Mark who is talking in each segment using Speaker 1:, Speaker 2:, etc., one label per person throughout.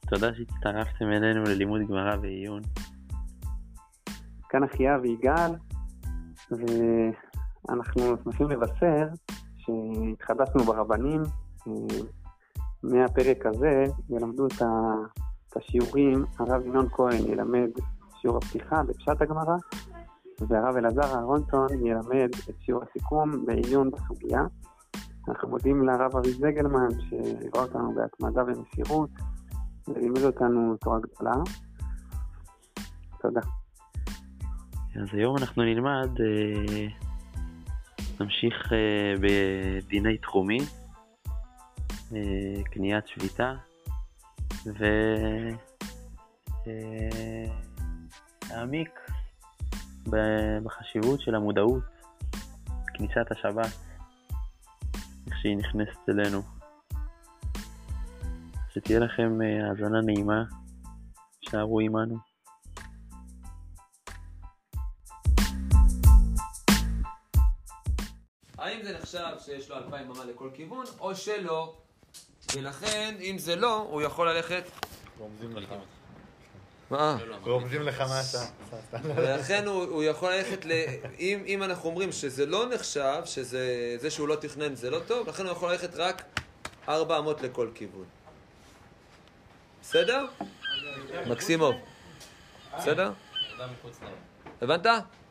Speaker 1: תודה שהצטרפתם אלינו ללימוד גמרא ועיון.
Speaker 2: כאן אחיה ויגאל, ואנחנו שמחים לבשר שהתחדשנו ברבנים. מהפרק הזה ילמדו את השיעורים. הרב ינון כהן ילמד שיעור הפתיחה בפשט הגמרא, והרב אלעזר אהרונטון ילמד את שיעור הסיכום בעיון בסוגיה. אנחנו מודים לרב ארי זגלמן שליווה אותנו בהתמדה ומסירות ולימד אותנו תורה גדולה. תודה.
Speaker 1: אז היום אנחנו נמשיך בדיני תחומי, קניית שביתה, ונעמיק בחשיבות של המודעות, כניסת השבת, איך שהיא נכנסת אלינו. שתהיה לכם האזנה נעימה, שערו עמנו.
Speaker 3: האם זה נחשב שיש לו 2,000 ממה לכל כיוון, או שלא? ולכן, אם זה לא, הוא יכול ללכת...
Speaker 4: רומזים לך.
Speaker 3: מה?
Speaker 4: רומזים לך מה אתה.
Speaker 3: ולכן הוא יכול ללכת אם אנחנו אומרים שזה לא נחשב, שזה שהוא לא תכנן זה לא טוב, לכן הוא יכול ללכת רק 400 לכל כיוון. בסדר? מקסימוב. בסדר? הבנת?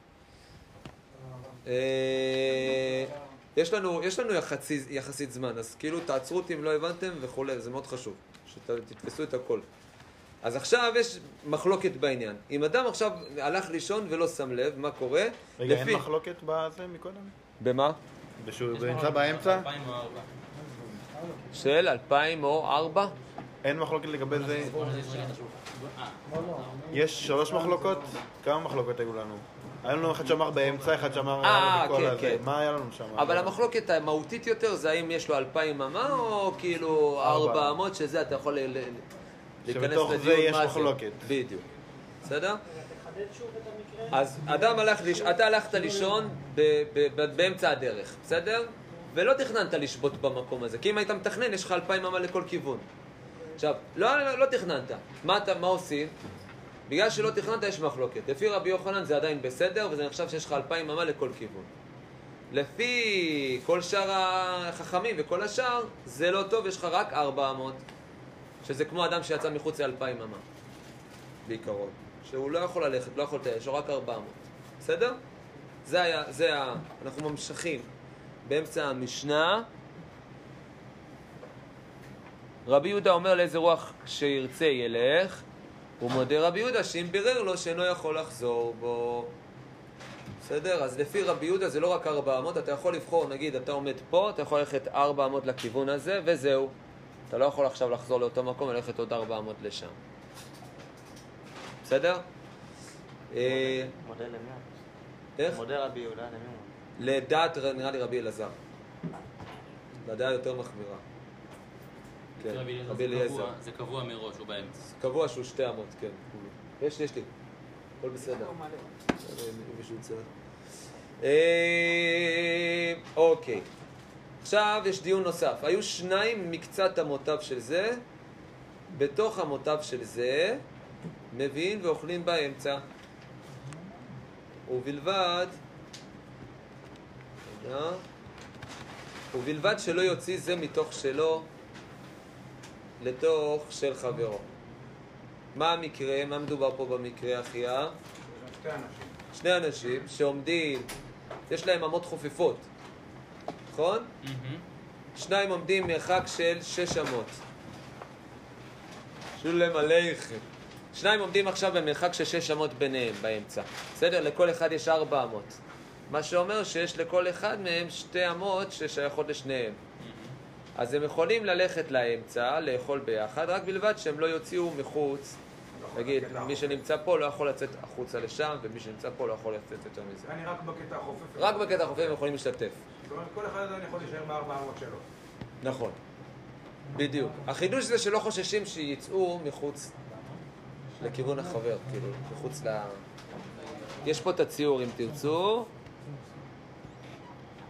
Speaker 3: יש לנו יחסית זמן, אז כאילו תעצרו אותי אם לא הבנתם וכו', זה מאוד חשוב, שתתפסו את הכל. אז עכשיו יש מחלוקת בעניין. אם אדם עכשיו הלך לישון ולא שם לב, מה קורה?
Speaker 4: רגע, אין מחלוקת בזה מקודם?
Speaker 3: במה?
Speaker 4: זה נמצא באמצע?
Speaker 3: של 2,000 או 4?
Speaker 4: אין מחלוקת לגבי זה? יש 3 מחלוקות? כמה מחלוקות היו לנו? היה לנו אחד שאמר באמצע, אחד שאמר בכל הזה. מה היה לנו שם?
Speaker 3: אבל המחלוקת המהותית יותר זה האם יש לו 2,000 ממה או כאילו 400, שזה אתה יכול להיכנס לדיון.
Speaker 4: שבתוך זה יש מחלוקת.
Speaker 3: בדיוק. בסדר? אז אתה הלכת לישון באמצע הדרך, בסדר? ולא תכננת לשבות במקום הזה, כי אם היית מתכנן יש לך 2,000 ממה לכל כיוון. עכשיו, לא תכננת. מה עושים? בגלל שלא תכננת יש מחלוקת. לפי רבי יוחנן זה עדיין בסדר, וזה נחשב שיש לך 2,000 ממה לכל כיוון. לפי כל שאר החכמים וכל השאר, זה לא טוב, יש לך רק 400. שזה כמו אדם שיצא מחוץ ל2,000 ממה. בעיקרון. שהוא לא יכול ללכת, לא יכול לתאר, יש לו רק 400. בסדר? אנחנו ממשיכים באמצע המשנה. רבי יהודה אומר לאיזה רוח שירצה ילך, הוא מודה רבי יהודה שאם בירר לו שאינו יכול לחזור בו. בסדר? אז לפי רבי יהודה זה לא רק 400, אתה יכול לבחור, נגיד אתה עומד פה, אתה יכול ללכת 400 לכיוון הזה וזהו. אתה לא יכול עכשיו לחזור לאותו מקום וללכת עוד 400 לשם. בסדר?
Speaker 5: מודה למי?
Speaker 3: איך?
Speaker 5: מודה רבי יהודה למי?
Speaker 3: לדעת נראה לי רבי אלעזר. לדעה יותר מחמירה. כן, רבי אליעזר.
Speaker 6: זה קבוע מראש, הוא באמצע.
Speaker 3: קבוע שהוא 2 אמות, כן. יש לי. הכל בסדר. אוקיי. עכשיו יש דיון נוסף. היו 2 מקצת אמותיו של זה, בתוך אמותיו של זה, מביאים ואוכלים באמצע. ובלבד שלא יוציא זה מתוך שלו לתוך של חברו. מה המקרה? מה מדובר פה במקרה, אחיה? 2 אנשים שעומדים, יש להם אמות חופפות, נכון? 2 עומדים מרחק של 6 אמות. שולם עליכם. 2 עומדים עכשיו במרחק של 6 אמות ביניהם, באמצע. בסדר? לכל אחד יש 4 אמות. מה שאומר שיש לכל אחד מהם 2 אמות ששייכות לשניהם. אז הם יכולים ללכת לאמצע, לאכול ביחד, רק בלבד שהם לא יוציאו מחוץ. נגיד, מי שנמצא פה לא יכול לצאת החוצה לשם, ומי שנמצא פה לא יכול לצאת יותר מזה.
Speaker 7: אני רק בקטע החופף.
Speaker 3: רק בקטע החופף הם יכולים להשתתף.
Speaker 7: זאת אומרת, כל אחד עדיין יכול להישאר ב400 שלו.
Speaker 3: נכון. בדיוק. החידוש זה שלא חוששים שיצאו מחוץ לכיוון החבר, כאילו, מחוץ ל... יש פה את הציור אם תרצו.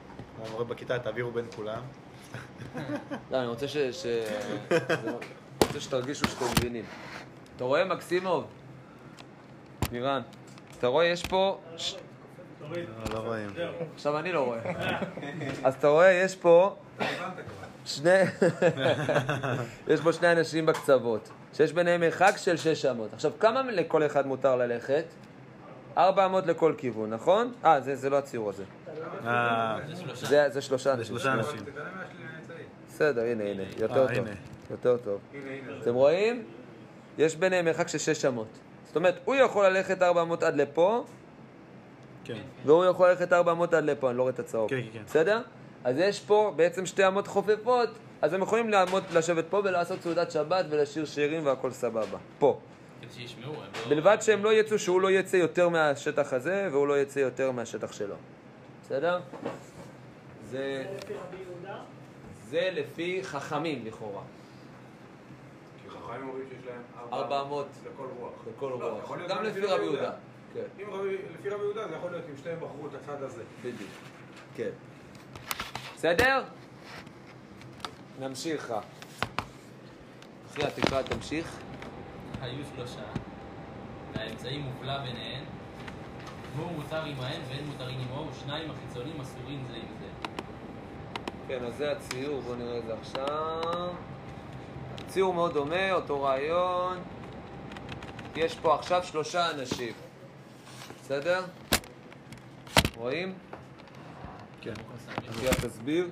Speaker 4: המורה בכיתה, תעבירו בין כולם.
Speaker 3: לא, אני רוצה רוצה שתרגישו שאתם מבינים. אתה רואה מקסימוב? נירן, אתה רואה יש פה...
Speaker 4: לא רואים.
Speaker 3: עכשיו אני לא רואה. אז אתה רואה יש פה... יש פה שני אנשים בקצוות, שיש ביניהם מרחק של 600. עכשיו, כמה לכל אחד מותר ללכת? 400 לכל כיוון, נכון? זה לא הציור הזה. זה שלושה אנשים. בסדר, הנה, יותר טוב. יותר טוב. אתם רואים? יש ביניהם מרחק של 600. זאת אומרת, הוא יכול ללכת 400 עד לפה, והוא יכול ללכת 400 עד לפה, אני לא רואה את הצהוב. בסדר? אז יש פה בעצם שתי אמות חופפות, אז הם יכולים לשבת פה ולעשות סעודת שבת ולשיר שירים והכל סבבה. פה. בלבד שהם לא יצאו, שהוא לא יצא יותר מהשטח הזה, והוא לא יצא יותר מהשטח שלו. בסדר? זה לפי חכמים לכאורה.
Speaker 7: כי חכמים אומרים שיש להם
Speaker 3: 400
Speaker 7: לכל רוח.
Speaker 3: לכל רוח. גם לפי רבי יהודה.
Speaker 7: אם לפי רבי יהודה זה יכול להיות אם שתיהם בחרו את הצד הזה.
Speaker 3: בדיוק. כן. בסדר? נמשיך. אחרי התקרה תמשיך.
Speaker 6: היו שלושה, והאמצעי מובלע ביניהן, והוא מותר עמהן ואין מותרים עמו, ושניים החיצונים אסורים זה עם זה.
Speaker 3: כן, אז זה הציור, בואו נראה את זה עכשיו. הציור מאוד דומה, אותו רעיון. יש פה עכשיו 3 אנשים. בסדר? רואים?
Speaker 4: כן.
Speaker 3: אחיה תסביר.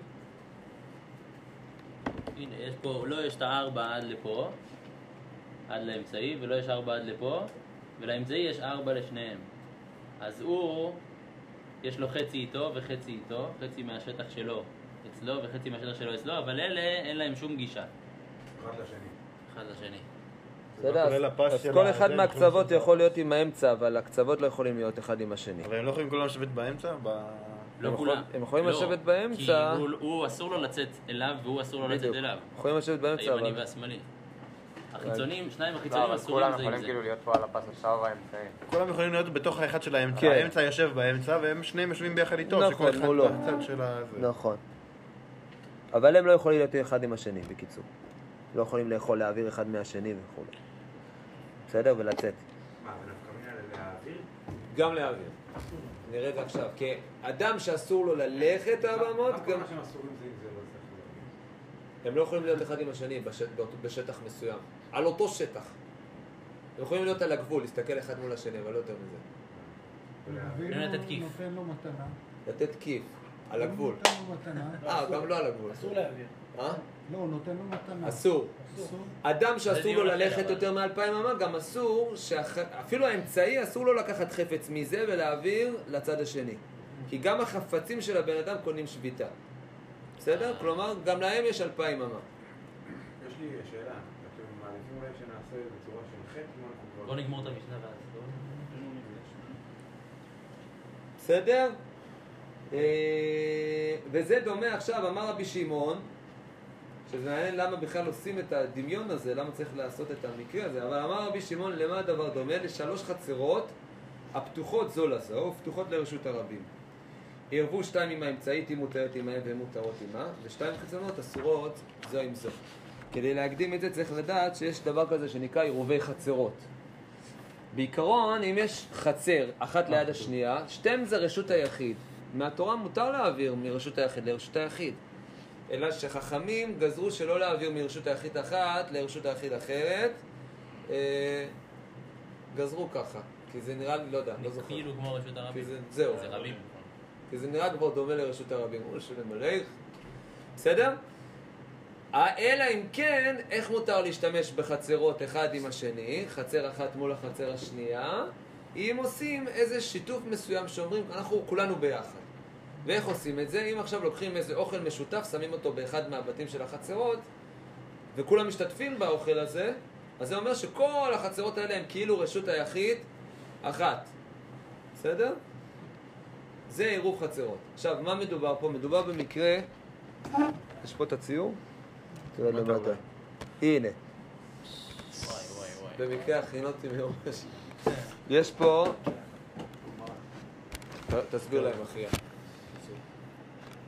Speaker 6: הנה, יש פה, לא יש את 4 עד לפה, עד לאמצעי, ולא יש 4 עד לפה, ולאמצעי יש 4 לשניהם. אז הוא, יש לו חצי איתו וחצי איתו, חצי מהשטח שלו אצלו וחצי מהשטח שלו אצלו, אבל אלה אין להם שום גישה. אחד לשני.
Speaker 3: בסדר, אז כל אחד מהקצוות יכול להיות עם האמצע, אבל הקצוות לא יכולים להיות אחד עם השני.
Speaker 4: אבל הם לא יכולים כולם לשבת באמצע?
Speaker 6: לא כולם.
Speaker 3: הם יכולים לשבת באמצע.
Speaker 6: כי הוא אסור לו לצאת אליו והוא אסור לו לצאת אליו.
Speaker 3: יכולים לשבת באמצע,
Speaker 6: הימני והשמאלי. החיצונים, שניים החיצונים אסורים זה עם זה.
Speaker 5: כולם יכולים כאילו להיות פה על הפס עכשיו האמצעי.
Speaker 4: כולם יכולים להיות בתוך האחד של האמצע. האמצע יושב באמצע והם שניהם יושבים ביחד איתו.
Speaker 3: נכון, מולו. נכון. אבל הם לא יכולים להיות אחד עם השני, בקיצור. לא יכולים לאכול, להעביר אחד מהשני וכו'. בסדר? ולצאת.
Speaker 7: מה, ונפקא מינה להעביר?
Speaker 3: גם להעביר. נראה את זה עכשיו. כי אדם שאסור לו ללכת 400,
Speaker 7: מה כל מה שהם אסורים זה עם זה לא צריך להעביר?
Speaker 3: הם לא יכולים להיות אחד עם השני בשטח מסוים. על אותו שטח. הם יכולים להיות על הגבול, להסתכל אחד מול השני, אבל לא יותר מזה.
Speaker 6: לתת כיף.
Speaker 8: נותן לו מתנה.
Speaker 3: לתת כיף. על הגבול.
Speaker 8: נותן לו מתנה.
Speaker 3: גם לא על הגבול.
Speaker 9: אסור להעביר.
Speaker 8: לא, הוא נותן לו מתנה.
Speaker 3: אסור. אדם שאסור לו ללכת יותר מ-2000 אמה, גם אסור, אפילו האמצעי אסור לו לקחת חפץ מזה ולהעביר לצד השני. כי גם החפצים של הבן אדם קונים שביתה. בסדר? כלומר, גם להם יש 2000 אמה.
Speaker 7: יש לי שאלה, אתם מעדיפים אולי שנעשה בצורה של חטא?
Speaker 6: בוא נגמור את המשנה ואז.
Speaker 3: בסדר? וזה דומה עכשיו, אמר רבי שמעון, שזה מעניין למה בכלל עושים את הדמיון הזה, למה צריך לעשות את המקרה הזה, אבל אמר רבי שמעון, למה הדבר דומה? ל3 חצרות הפתוחות זו לזו, ופתוחות לרשות הרבים. ערבו 2 עם האמצעית, היא מותרת עמהם והן מותרות עמה, ו2 חיצונות אסורות זו עם זו. כדי להקדים את זה צריך לדעת שיש דבר כזה שנקרא עירובי חצרות. בעיקרון, אם יש חצר אחת ליד השנייה, שתיהן זה רשות היחיד. מהתורה מותר להעביר מרשות היחיד לרשות היחיד. אלא שחכמים גזרו שלא להעביר מרשות היחיד אחת לרשות היחיד אחרת. גזרו ככה. כי זה נראה לי, לא יודע, לא זוכר.
Speaker 6: כאילו כמו רשות הרבים.
Speaker 3: זהו.
Speaker 6: זה רבים.
Speaker 3: כי זה נראה כבר דומה לרשות הרבים. הוא לשלם עליך. בסדר? אלא אם כן, איך מותר להשתמש בחצרות אחד עם השני, חצר אחת מול החצר השנייה, אם עושים איזה שיתוף מסוים שאומרים, אנחנו כולנו ביחד. ואיך עושים את זה? אם עכשיו לוקחים איזה אוכל משותף, שמים אותו באחד מהבתים של החצרות, וכולם משתתפים באוכל הזה, אז זה אומר שכל החצרות האלה הם כאילו רשות היחיד אחת. בסדר? זה עירוב חצרות. עכשיו, מה מדובר פה? מדובר במקרה, יש פה את הציור? תראה למטה. הנה. במקרה הכינותי מראש. יש פה... תסביר להם אחיה.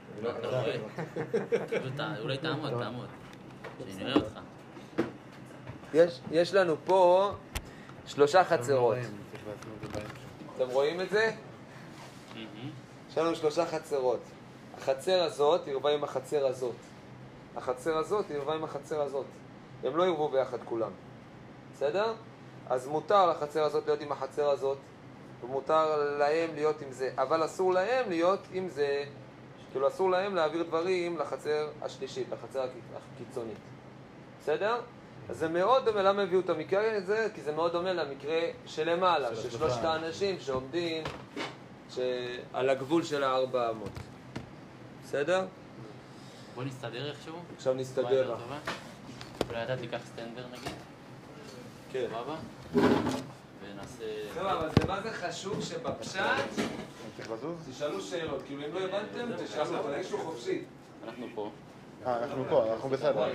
Speaker 6: אולי תעמוד, שנראה אותך.
Speaker 3: יש לנו פה 3 חצרות. אתם רואים את זה? יש לנו 3 חצרות. החצר הזאת ירבה עם החצר הזאת. החצר הזאת ירבה עם החצר הזאת. הם לא ירבו ביחד כולם. בסדר? אז מותר לחצר הזאת להיות עם החצר הזאת, ומותר להם להיות עם זה, אבל אסור להם להיות עם זה, כאילו אסור להם להעביר דברים לחצר השלישית, לחצר הקיצונית. בסדר? אז זה מאוד דומה, למה הביאו את המקרה הזה? כי זה מאוד דומה למקרה שלמעלה, של 3 האנשים שעומדים על הגבול של 400. בסדר?
Speaker 6: בוא נסתדר איכשהו.
Speaker 3: עכשיו נסתדר.
Speaker 6: אולי אתה תיקח סטנדר נגיד?
Speaker 3: כן.
Speaker 6: סבבה? ונעשה...
Speaker 3: טוב, אבל זה מה זה חשוב שבפשט תשאלו שאלות. כאילו אם לא הבנתם, תשאלו, אבל יש לו חופשי.
Speaker 6: אנחנו פה.
Speaker 4: אנחנו פה, אנחנו בסדר.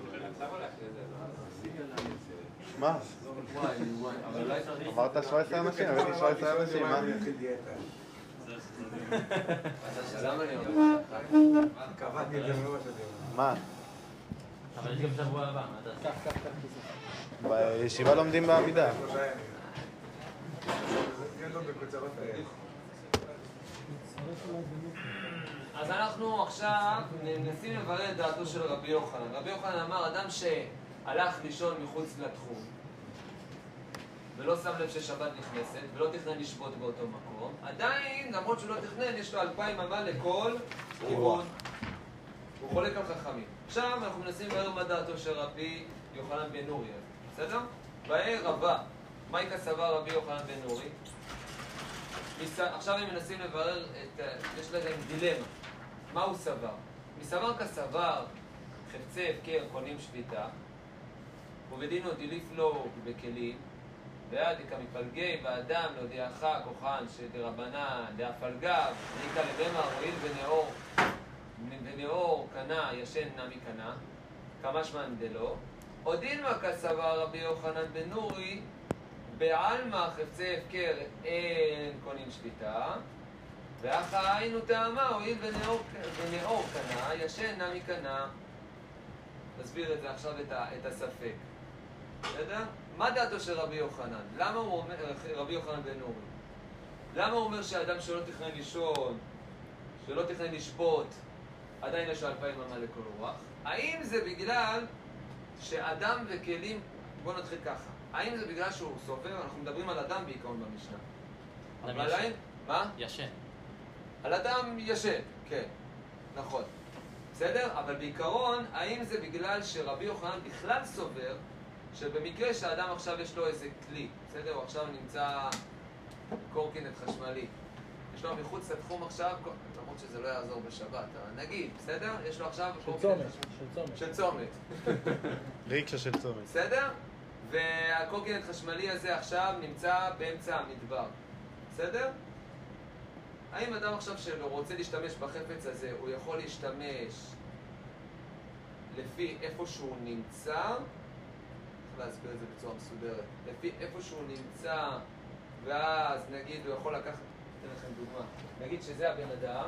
Speaker 4: מה? אמרת 17 אנשים, הבאתי 17 אנשים, מה?
Speaker 3: למה אני אומר?
Speaker 7: קבעתי את זה מראש.
Speaker 4: מה?
Speaker 6: אבל יש גם שבוע הבא, מה אתה עושה?
Speaker 4: בישיבה לומדים בעמידה.
Speaker 3: אז אנחנו עכשיו מנסים לברר את דעתו של רבי יוחנן. רבי יוחנן אמר, אדם שהלך לישון מחוץ לתחום ולא שם לב ששבת נכנסת ולא תכנן לשבות באותו מקום, עדיין, למרות שהוא לא תכנן, יש לו 2,000 אמה לכל כיוון. הוא חולק על חכמים. עכשיו אנחנו מנסים לברר מה דעתו של רבי יוחנן בן נורי. בסדר? באי רבה, מייקה סבר רבי יוחנן בן נורי. עכשיו הם מנסים לברר, יש להם דילמה. מה הוא סבר? מסבר כסבר, חפצי הפקר קונים שביתה, ובדינו דליף לו בכלים, ועד כמפלגי באדם להודיעך כוחן שדרבנן דאפלגב, ניקה לבמה רועיל ונאור קנה ישן נמי קנה, כמשמן דלו. עודין כסבר רבי יוחנן בן נורי, בעלמא חפצי הפקר אין קונים שביתה, ואחא היינו טעמה הואיל ונאור קנה ישן נמי קנה. נסביר את זה עכשיו את הספק. בסדר? מה דעתו של רבי יוחנן? למה הוא אומר, רבי יוחנן בן נורי? למה הוא אומר שאדם שלא תכנן לישון, שלא תכנן לשבות, עדיין יש 2,000 אמה לכל רוח? האם זה בגלל שאדם וכלים, בוא נתחיל ככה, האם זה בגלל שהוא סופר? אנחנו מדברים על אדם בעיקרון במשנה. אבל האם? מה?
Speaker 6: ישן.
Speaker 3: על אדם ישן, כן, נכון. בסדר? אבל בעיקרון, האם זה בגלל שרבי יוחנן בכלל סובר שבמקרה שהאדם עכשיו יש לו איזה כלי, בסדר? הוא עכשיו נמצא קורקינט חשמלי. יש לו מחוץ לתחום עכשיו, למרות שזה לא יעזור בשבת, אבל נגיד, בסדר? יש לו עכשיו קורקינט חשמלי. של צומת.
Speaker 4: ריקשה של צומת.
Speaker 3: בסדר? והקורקינט חשמלי הזה עכשיו נמצא באמצע המדבר. בסדר? האם אדם עכשיו שרוצה להשתמש בחפץ הזה, הוא יכול להשתמש לפי איפה שהוא נמצא? צריך להסביר את זה בצורה מסודרת. לפי איפה שהוא נמצא, ואז נגיד הוא יכול לקחת, אתן לכם דוגמה. נגיד שזה הבן אדם,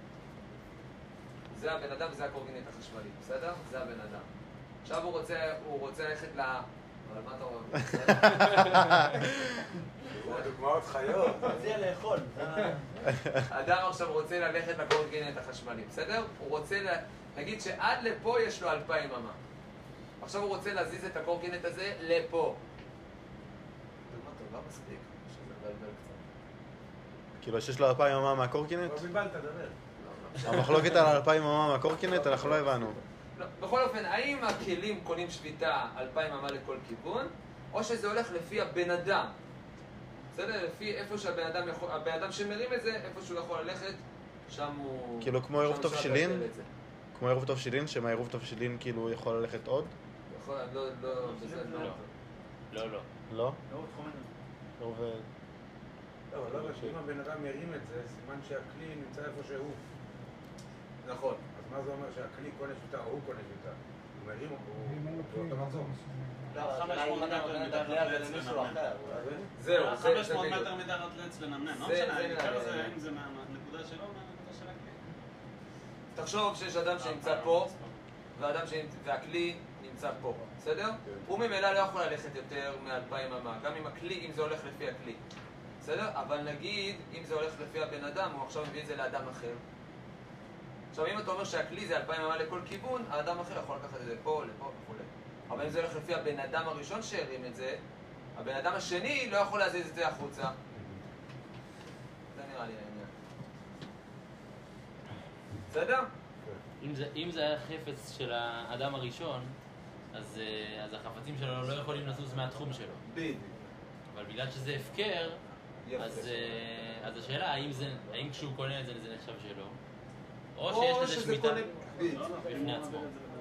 Speaker 3: זה הבן אדם וזה הקורקינט החשמלי, בסדר? זה הבן אדם. עכשיו הוא רוצה ללכת אבל מה אתה רואה?
Speaker 7: דוגמאות חיות.
Speaker 6: מציע לאכול.
Speaker 3: אדם עכשיו רוצה ללכת לקורקינט החשמלי, בסדר? הוא רוצה, נגיד שעד לפה יש לו 2,000 אמה. עכשיו הוא רוצה להזיז את הקורקינט הזה לפה. דוגמה טובה מספיק, שזה מבלבל קצת.
Speaker 4: כאילו שיש לו 2,000 אמה מהקורקינט?
Speaker 7: לא מבלת, דבר.
Speaker 4: המחלוקת על 2,000 אמה מהקורקינט, אנחנו לא הבנו.
Speaker 3: בכל אופן, האם הכלים קונים שביתה 2,000 אמה לכל כיוון, או שזה הולך לפי הבן אדם? בסדר? לפי איפה שהבן אדם יכול, הבן אדם שמרים את זה, איפה שהוא יכול ללכת, שם הוא...
Speaker 4: כאילו כמו עירוב תבשילין? כמו עירוב תבשילין, שמהעירוב תבשילין כאילו יכול ללכת עוד?
Speaker 3: יכול, לא, בזה לא.
Speaker 6: לא.
Speaker 4: לא?
Speaker 6: לא,
Speaker 4: עירוב...
Speaker 7: לא, אבל אם הבן אדם ירים את זה, סימן שהכלי נמצא איפה שהוא.
Speaker 3: נכון.
Speaker 7: אז מה זה אומר שהכלי קונה שביתה או הוא קונה שביתה? הוא מרים או הוא באותו מחזור?
Speaker 9: לא, 500 מטר מתחת לעץ לנמנם.
Speaker 3: זהו,
Speaker 9: 500 מטר מתחת לעץ לנמנם. לא משנה, העיקר זה האם זה מהנקודה שלו או מהנקודה של הכלי.
Speaker 3: תחשוב שיש אדם שנמצא פה, והכלי נמצא פה, בסדר? הוא ממילא לא יכול ללכת יותר מ-2,000 אמה, גם עם הכלי, אם זה הולך לפי הכלי. בסדר? אבל נגיד, אם זה הולך לפי הבן אדם, הוא עכשיו מביא את זה לאדם אחר. עכשיו, אם אתה אומר שהכלי זה 2,000 אמה לכל כיוון, האדם אחר יכול לקחת את זה פה, לפה וכו'. אבל אם זה הולך לפי הבן אדם הראשון שהרים את זה, הבן אדם השני לא יכול להזיז את זה החוצה. זה נראה לי העניין. בסדר?
Speaker 6: אם זה היה חפץ של האדם הראשון, אז החפצים שלו לא יכולים לזוז מהתחום שלו.
Speaker 3: בדיוק.
Speaker 6: אבל בגלל שזה הפקר, אז השאלה, האם כשהוא קונה את זה, זה נחשב שלו? או שיש לזה שמיטה בפני עצמו.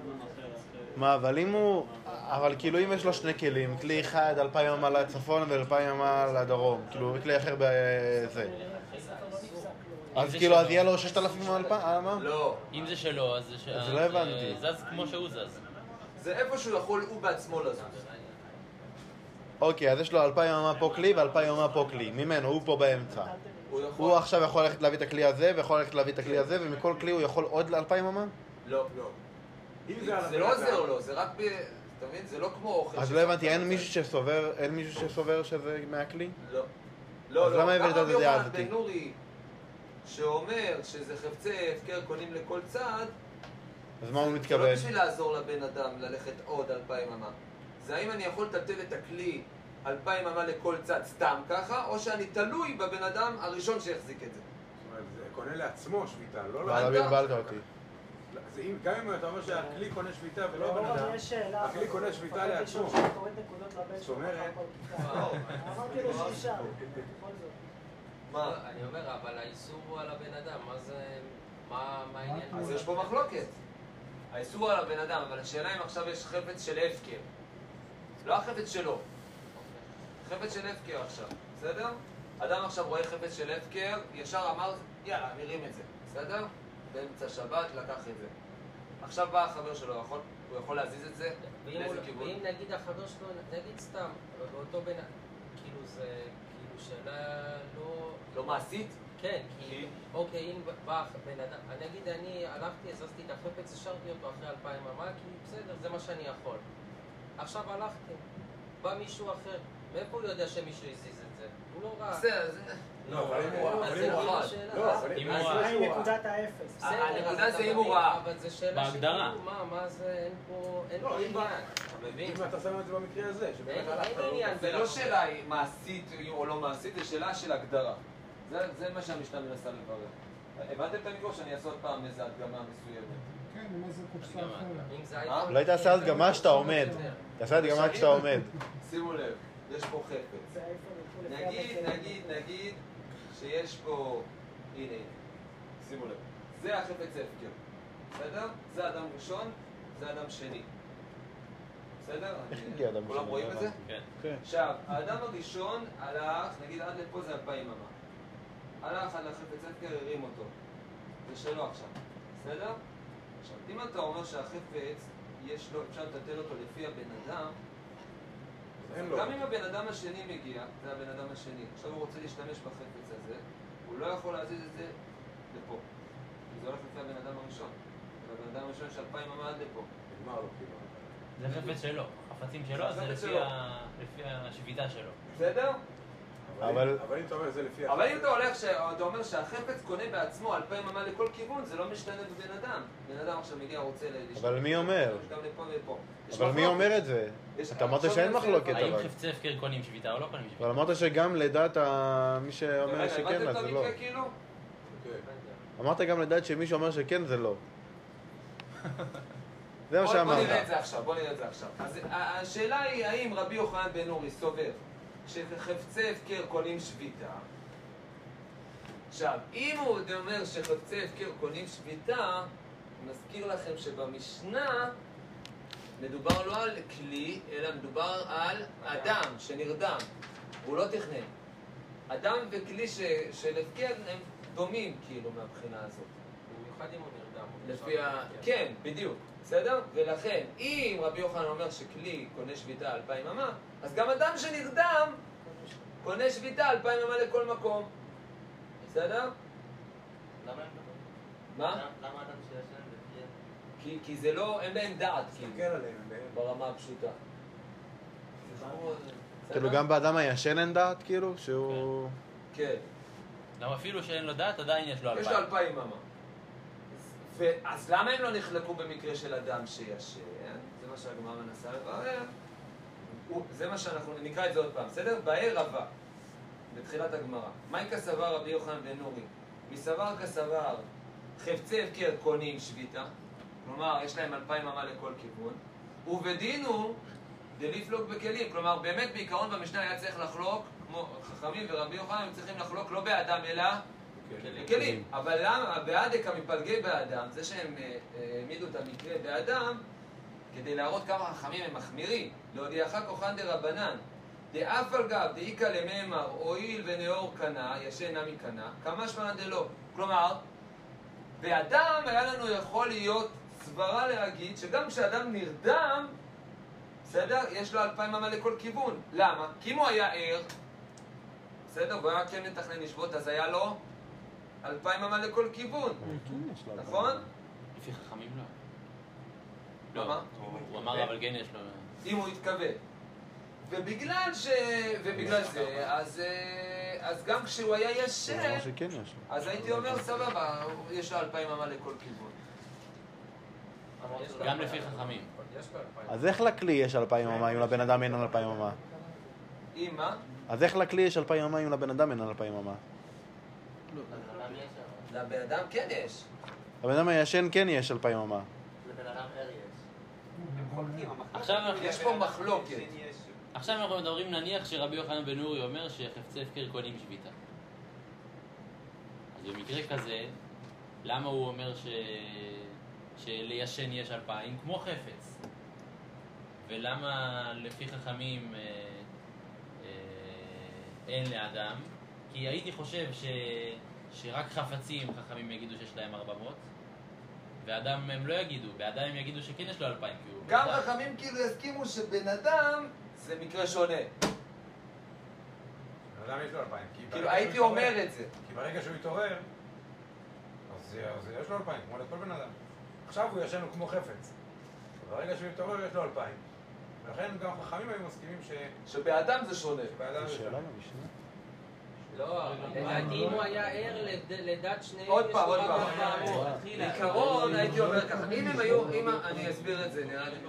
Speaker 4: מה, אבל אם הוא... אבל כאילו אם יש לו שני כלים, כלי אחד 2,000 אמה לצפון ו2,000 אמה לדרום, כאילו וכלי אחר בזה. אז כאילו אז יהיה לו 6,000 אמה?
Speaker 3: לא.
Speaker 6: אם זה שלו, אז
Speaker 4: זה לא הבנתי.
Speaker 6: זז כמו שהוא זז.
Speaker 3: זה איפה שהוא יכול הוא בעצמו לזוז.
Speaker 4: אוקיי, אז יש לו 2,000 אמה פה כלי ו2,000 אמה פה כלי. ממנו, הוא פה באמצע. הוא עכשיו יכול ללכת להביא את הכלי הזה ויכול ללכת להביא את הכלי הזה, ומכל כלי הוא יכול עוד 2,000 אמה?
Speaker 3: לא. זה לא עוזר לו, זה רק ב... אתה מבין? זה לא כמו אוכל.
Speaker 4: אז לא הבנתי, אין מישהו שסובר שזה מהכלי?
Speaker 3: לא.
Speaker 4: אז למה הבאת את הדעה הזאת?
Speaker 3: בן נורי שאומר שזה חפצי הפקר קונים לכל צעד,
Speaker 4: אז מה הוא
Speaker 3: זה
Speaker 4: מתכוון?
Speaker 3: לא בשביל לעזור לבן אדם ללכת עוד 2,000 אמה. זה האם אני יכול לטלטל את הכלי 2,000 אמה לכל צד סתם ככה, או שאני תלוי בבן אדם הראשון שהחזיק את זה.
Speaker 7: זאת אומרת, זה קונה לעצמו שביטה, לא
Speaker 4: וואלה, בלבלת אותי.
Speaker 7: גם אם אתה אומר שהכלי קונה שביטה ולא הבן אדם, הכלי קונה שביטה לעצמו. זאת אומרת...
Speaker 10: אמרתי לו שישה.
Speaker 3: מה?
Speaker 11: אני אומר, אבל האיסור הוא על הבן אדם, מה זה... מה העניין?
Speaker 3: אז יש פה מחלוקת. האיסור הוא על הבן אדם, אבל השאלה אם עכשיו יש חפץ של הפקר. לא החפץ שלו. חפץ של הפקר עכשיו, בסדר? אדם עכשיו רואה חפץ של הפקר, ישר אמר, יאללה, מרים את זה, בסדר? באמצע שבת לקח את זה. עכשיו בא החבר שלו, הוא יכול להזיז את זה? לאיזה כיוון?
Speaker 11: ואם נגיד החבר שלו, נגיד סתם, באותו בן... כאילו זה... כאילו שאלה לא...
Speaker 3: לא מעשית?
Speaker 11: כן, כי... אוקיי, אם בא בן אדם... נגיד אני הלכתי, הזזתי את החפץ, השארתי אותו אחרי 2,000 אמה, כי בסדר, זה מה שאני יכול. עכשיו הלכתי, בא מישהו אחר, מאיפה הוא יודע שמישהו הזיז את זה? הוא לא ראה.
Speaker 3: בסדר, זה...
Speaker 7: לא, אבל אם הוא...
Speaker 11: אז זה כאילו שאלה.
Speaker 10: אז זה נקודת האפס.
Speaker 3: הנקודה זה אם הוא ראה.
Speaker 11: אבל זה שאלה
Speaker 6: בהגדרה.
Speaker 11: מה זה, אין פה עניין. אתה מבין?
Speaker 7: אם אתה שם את זה במקרה הזה, שבאמת הלכת...
Speaker 11: אין עניין.
Speaker 3: זה לא שאלה מעשית או לא מעשית, זה שאלה של הגדרה. זה מה שהמשנה מנסה לברר. הבנתם את המקור שאני אעשה עוד פעם איזו הדגמה מסוימת?
Speaker 8: כן, עם איזה קופסה אחרת.
Speaker 4: אולי תעשה הדגמה שאתה עומד. תעשה הדגמה כשאתה עומד.
Speaker 3: שימו לב, יש פה חפץ. נגיד שיש פה... הנה, שימו לב. זה החפץ הפקר. בסדר? זה אדם ראשון, זה אדם שני. בסדר? כולם רואים את זה?
Speaker 6: כן.
Speaker 3: עכשיו, האדם הראשון הלך, נגיד עד לפה זה 2,000 אמה. הלך על החפץ הפקר, הרים אותו. זה שלו עכשיו. בסדר? עכשיו, אם אתה אומר שהחפץ, יש לו, אפשר לטלטל אותו לפי הבן אדם, גם אם הבן אדם השני מגיע, זה הבן אדם השני, עכשיו הוא רוצה להשתמש בחפץ הזה, הוא לא יכול להזיז את זה לפה. כי זה הולך לפי הבן אדם הראשון. והבן אדם הראשון יש 2,000 אמה עד לפה.
Speaker 7: נגמר לו כאילו.
Speaker 6: זה חפץ שלו, החפצים שלו, זה לפי השביתה שלו.
Speaker 3: בסדר?
Speaker 7: אבל אם אתה אומר זה לפי...
Speaker 3: אבל אם אתה אומר שהחפץ קונה בעצמו 2,000 אמה לכל כיוון, זה לא משתנה בבן אדם. בן אדם עכשיו מגיע, רוצה להשתמש.
Speaker 4: אבל מי אומר?
Speaker 3: גם לפה ולפה.
Speaker 4: אבל מי אומר את זה? אתה אמרת שאין מחלוקת
Speaker 6: האם
Speaker 4: אבל.
Speaker 6: חפצי הפקר קונים שביתה או לא קונים שביתה?
Speaker 4: אבל אמרת שגם לדעת מי שאומר שכן, אז זה לא. אמרת גם לדעת שמי שאומר שכן, זה לא. זה מה שאמרת.
Speaker 3: בוא נראה את זה עכשיו. אז השאלה היא, האם רבי יוחנן בן נורי סובר שחפצי הפקר קונים שביתה? עכשיו, אם הוא אומר שחפצי הפקר קונים שביתה, אני מזכיר לכם שבמשנה מדובר לא על כלי, אלא מדובר על אדם שנרדם, הוא לא תכנן. אדם וכלי של הפקר הם דומים כאילו מהבחינה הזאת.
Speaker 11: במיוחד אם הוא נרדם.
Speaker 3: כן, בדיוק, בסדר? ולכן, אם רבי יוחנן אומר שכלי קונה שביתה 2,000 אמה, אז גם אדם שנרדם קונה שביתה 2,000 אמה לכל מקום. בסדר?
Speaker 11: למה הם
Speaker 3: מה?
Speaker 11: למה אדם שישן לפי...
Speaker 3: כי זה לא, אין להם דעת,
Speaker 7: כן עליהם,
Speaker 3: ברמה הפשוטה.
Speaker 4: כאילו גם באדם הישן אין דעת, כאילו? שהוא...
Speaker 3: כן.
Speaker 6: גם אפילו שאין לו דעת, עדיין יש לו 2,000.
Speaker 3: יש לו 2,000 אמה. אז למה הם לא נחלקו במקרה של אדם שישן? זה מה שהגמרא מנסה לברר. זה מה שאנחנו נקרא את זה עוד פעם, בסדר? באר רבה, בתחילת הגמרא. מייקה סבר רבי יוחנן בן נורי, מסבר כסבר חפצי הפקר קונים שביתה, כלומר יש להם 2,000 אמה לכל כיוון, ובדינו דליפלוק בכלים, כלומר באמת בעיקרון במשנה היה צריך לחלוק, כמו חכמים ורבי יוחנן הם צריכים לחלוק לא באדם אלא בכלים. אבל למה? בעדקה מפלגי באדם, זה שהם העמידו את המקרה באדם, כדי להראות כמה חכמים הם מחמירים, להודיעך כוחן דרבנן, דאף על גב דאיקה למאמר, הואיל ונאור קנה, ישן נמי קנה, כמה שמנן דלא. כלומר, באדם היה לנו יכול להיות סברה להגיד שגם כשאדם נרדם, בסדר? יש לו 2,000 אמה לכל כיוון. למה? כי אם הוא היה ער, בסדר? והוא היה כן מתכנן לשבות, אז היה לו 2,000 אמה לכל כיוון. נכון?
Speaker 6: לפי חכמים לא.
Speaker 3: למה?
Speaker 6: הוא אמר אבל כן יש לו...
Speaker 3: אם הוא התכוון. ובגלל זה, אז גם כשהוא היה ישן, אז הייתי אומר סבבה, יש לו 2,000 אמה לכל כיוון.
Speaker 6: גם לפי חכמים.
Speaker 4: אז איך לכלי יש 2,000 אמה אם לבן אדם אין 2,000 אמה?
Speaker 3: אם מה?
Speaker 4: אז איך לכלי יש 2,000 אמה אם לבן אדם אין 2,000 אמה?
Speaker 3: לבן אדם כן יש.
Speaker 4: לבן אדם הישן כן יש 2,000 אמה.
Speaker 11: לבן אדם ער יש.
Speaker 3: יש פה מחלוקת.
Speaker 6: עכשיו אנחנו מדברים נניח שרבי יוחנן בן נורי אומר שחפצי הפקר קונים שביתה. אז במקרה כזה, למה הוא אומר שלישן יש 2,000 כמו חפץ? ולמה לפי חכמים אין לאדם? כי הייתי חושב שרק חפצים חכמים יגידו שיש להם 400, ואדם הם לא יגידו, באדם הם יגידו שכן יש לו 2,000.
Speaker 3: גם חכמים כאילו יסכימו שבן אדם זה מקרה שונה.
Speaker 7: בן אדם יש לו 2,000.
Speaker 3: כאילו הייתי אומר את זה.
Speaker 7: כי ברגע שהוא יתעורר, אז יש לו 2,000, כמו לכל בן אדם. עכשיו הוא ישן כמו חפץ. ברגע שהוא יתעורר יש לו 2,000. ולכן גם חכמים היו מסכימים
Speaker 3: שבאדם זה שונה.
Speaker 4: שאלה למשנה?
Speaker 11: לא, לדעתי אם הוא היה ער לדת שני...
Speaker 3: עוד פעם. בעיקרון הייתי אומר ככה, אם הם היו, אני אסביר את זה, נראה לי.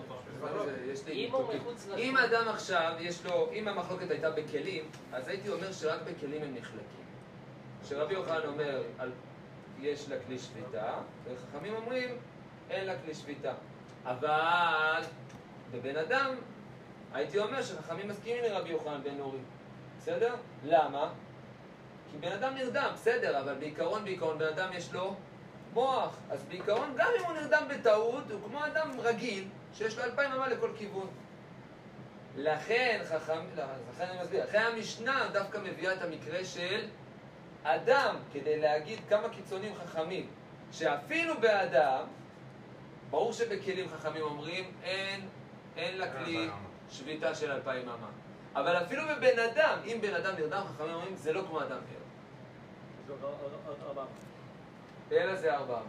Speaker 3: אם אדם עכשיו, אם המחלוקת הייתה בכלים, אז הייתי אומר שרק בכלים הם נחלקים. שרבי יוחנן אומר, יש לה כלי שביתה, וחכמים אומרים, אין לה כלי שביתה. אבל בבן אדם, הייתי אומר שחכמים מסכימים לרבי יוחנן בן נורי. בסדר? למה? כי בן אדם נרדם, בסדר, אבל בעיקרון בן אדם יש לו מוח. אז בעיקרון, גם אם הוא נרדם בטעות, הוא כמו אדם רגיל, שיש לו 2,000 אמה לכל כיוון. לכן אני מסביר, לכן המשנה דווקא מביאה את המקרה של אדם, כדי להגיד כמה קיצונים חכמים, שאפילו באדם, ברור שבכלים חכמים אומרים, אין לכלי שביתה של 2,000 אמה. אבל אפילו בבן אדם, אם בן אדם נרדם, חכמים אומרים, זה לא כמו אדם ער. אלא זה 400.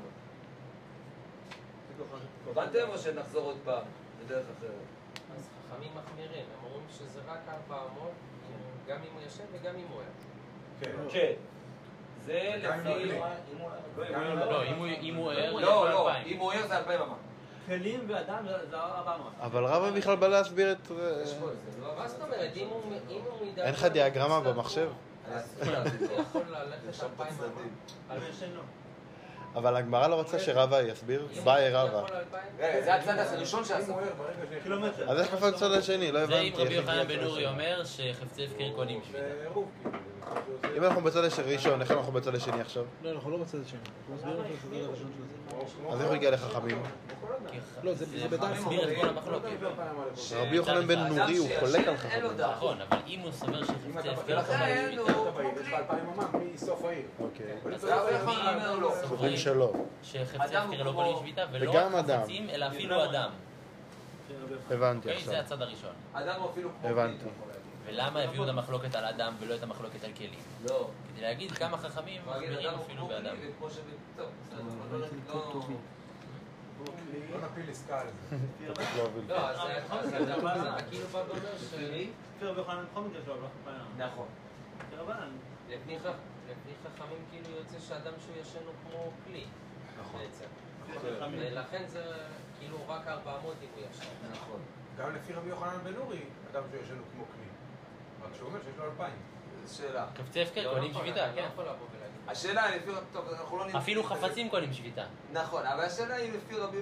Speaker 3: הבנתם או שנחזור עוד פעם, בדרך אחרת?
Speaker 11: אז חכמים מחמירים, הם אומרים שזה רק 400, גם אם הוא ישן וגם אם הוא ער.
Speaker 3: כן. זה לפי...
Speaker 6: לא, אם הוא ער,
Speaker 3: לא, אם הוא ער זה 2,000 אמה.
Speaker 10: כלים ואדם זה 400.
Speaker 4: אבל רבא בכלל בא להסביר את...
Speaker 11: מה זאת אומרת? אם הוא מידע...
Speaker 4: אין לך דיאגרמה במחשב?
Speaker 11: הוא יכול ללכת 2,000 אמה.
Speaker 10: על ישנו.
Speaker 4: אבל הגמרא לא רוצה שרבא יסביר? באי רבא.
Speaker 3: זה הצד הראשון שעשה.
Speaker 4: אז איך קפץ לצד השני? לא
Speaker 6: זה אם
Speaker 4: הבנתי.
Speaker 6: רבי יוחנן בן נורי אומר שחפצי הפקר קונים שביתה.
Speaker 4: אם אנחנו בצד הראשון, איך אנחנו בצד השני עכשיו?
Speaker 8: לא, אנחנו לא בצד השני. אנחנו מסבירים לך שזה הראשון של זה.
Speaker 4: אז איך הוא הגיע לחכמים?
Speaker 8: לא, זה בדף.
Speaker 6: מסביר את כל המחלוקת.
Speaker 4: רבי יוחנן בן נורי הוא חולק על חכמים.
Speaker 6: נכון, אבל אם הוא סובר שחפצי הפקר
Speaker 3: ולכן
Speaker 6: קונים
Speaker 3: הוא...
Speaker 7: מסוף העיר.
Speaker 4: אוקיי.
Speaker 6: אז חכמים
Speaker 4: סוברים שלא.
Speaker 6: שחפצי הפקר לא קונים שביתה, ולא
Speaker 4: וגם אדם.
Speaker 6: חפצים, אלא אפילו אדם.
Speaker 4: הבנתי
Speaker 6: אוקיי,
Speaker 4: עכשיו.
Speaker 6: זה הצד הראשון.
Speaker 3: אדם הוא אפילו כמו...
Speaker 4: הבנתי.
Speaker 6: ולמה הביאו את המחלוקת על אדם ולא את המחלוקת על כלים?
Speaker 3: לא.
Speaker 6: כדי להגיד כמה חכמים מחמירים אפילו באדם.
Speaker 7: מפיל עסקה על זה.
Speaker 11: לא, אז אתה כאילו בא ואומר ש...
Speaker 10: לפי רבי יוחנן בכל מקרה שלו, לא?
Speaker 11: נכון.
Speaker 10: כרבנן.
Speaker 11: לפי חכמים כאילו יוצא שאדם שהוא ישן הוא כמו כלי.
Speaker 7: נכון.
Speaker 11: ולכן זה כאילו רק 400 אם הוא ישן.
Speaker 7: נכון. גם לפי רבי יוחנן בן נורי, אדם שהוא ישן הוא כמו כלי. רק שהוא אומר שיש לו 2,000.
Speaker 3: זו שאלה.
Speaker 6: חפצי הפקר קונים שביתה, כן.
Speaker 3: השאלה היא לפי... טוב, אנחנו לא...
Speaker 6: אפילו חפצים קונים שביתה.
Speaker 3: נכון, אבל השאלה היא לפי רבי...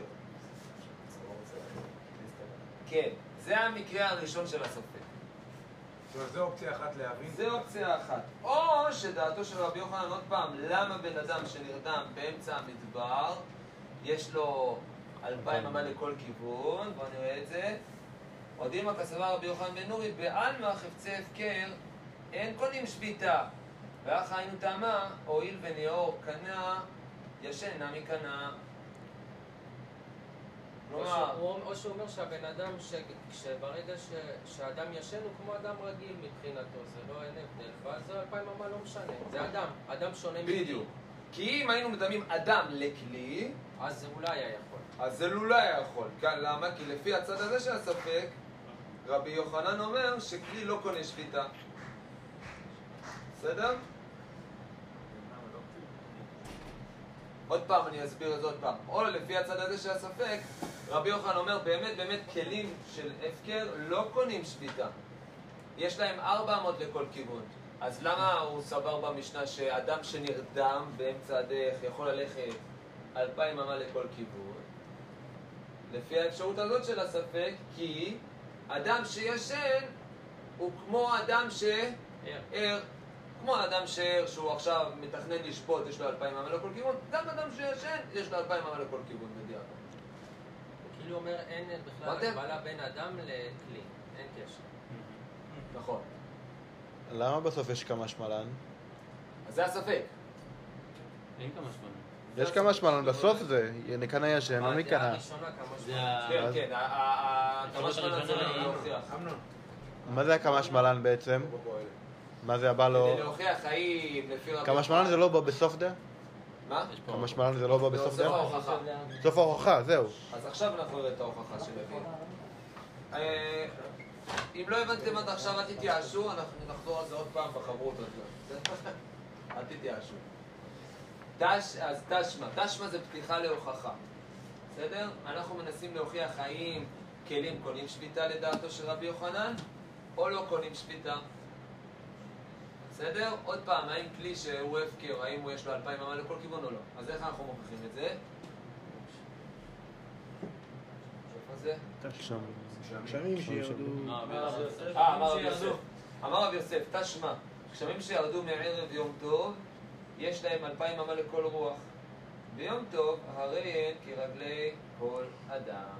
Speaker 3: כן, זה המקרה הראשון של הסופר.
Speaker 7: זו אופציה אחת להבין.
Speaker 3: זה אופציה אחת. או שדעתו של רבי יוחנן, עוד פעם, למה בן אדם שנרדם באמצע המדבר, יש לו 2,000 אמה לכל כיוון, בואו נראה את זה. עוד אימא כסבר רבי יוחנן בן נורי, בעלמא חפצי הפקר, אין קונים שביתה. ואך היינו טעמה, הואיל וניאור קנה, ישן נמי קנה.
Speaker 11: או שהוא אומר שהבן אדם, שברגע שהאדם ישן הוא כמו אדם רגיל מבחינתו, זה לא אין הבדל, ואז זה 2,000 אמה לא משנה, זה אדם שונה מכלי.
Speaker 3: בדיוק. כי אם היינו מדמים אדם לכלי,
Speaker 11: אז זה אולי היה יכול.
Speaker 3: אז זה אולי היה יכול. למה? כי לפי הצד הזה של הספק, רבי יוחנן אומר שכלי לא קונה שביתה. בסדר? עוד פעם אני אסביר את זה עוד פעם. או לפי הצד הזה של הספק, רבי יוחנן אומר באמת כלים של הפקר לא קונים שביתה. יש להם 400 לכל כיוון. אז למה הוא סבר במשנה שאדם שנרדם באמצע הדרך יכול ללכת 2,000 אמה לכל כיוון? לפי האפשרות הזאת של הספק, כי אדם שישן הוא כמו אדם שער. כמו אדם שער שהוא עכשיו מתכנן לשפוט, יש לו 2,000 אמה לכל כיוון, גם אדם שישן יש לו 2,000 אמה לכל כיוון בדיוק.
Speaker 11: הוא כאילו אומר אין בכלל הגבלה בין אדם לכלי, אין קשר.
Speaker 3: נכון.
Speaker 4: למה בסוף יש כמה שמלן?
Speaker 3: אז זה הספק.
Speaker 6: אין כמה שמלן.
Speaker 4: יש כמה שמלן, בסוף זה, נקנה ישן, לא נקנה.
Speaker 3: כן, כמה שמלן זה לא להוכיח.
Speaker 4: מה זה הכמה שמלן בעצם? מה זה הבא לו?
Speaker 3: כדי להוכיח חיים, לפי רבי...
Speaker 4: כמה שמלן זה לא בא בסוף דה?
Speaker 3: מה?
Speaker 4: כמה שמלן זה לא בא בסוף דה?
Speaker 3: סוף ההוכחה.
Speaker 4: סוף ההוכחה, זהו.
Speaker 3: אז עכשיו אנחנו נראה את ההוכחה של אבי. אם לא הבנתם עד עכשיו, אל תתייאשו, אנחנו נחזור על זה עוד פעם בחברות הזאת. אל תתייאשו. אז תשמע זה פתיחה להוכחה. בסדר? אנחנו מנסים להוכיח האם כלים קונים שביתה לדעתו של רבי יוחנן, או לא קונים שביתה. בסדר? עוד פעם, האם כלי שהוא הפקר, האם הוא יש לו 2,000 אמה לכל כיוון או לא? אז איך אנחנו מוכיחים את זה? איפה זה?
Speaker 8: גשמים שירדו.
Speaker 3: אמר רב יוסף, תשמע, גשמים שירדו מערב יום טוב, יש להם 2,000 אמה לכל רוח. ביום טוב, הרי הן כרגלי כל אדם.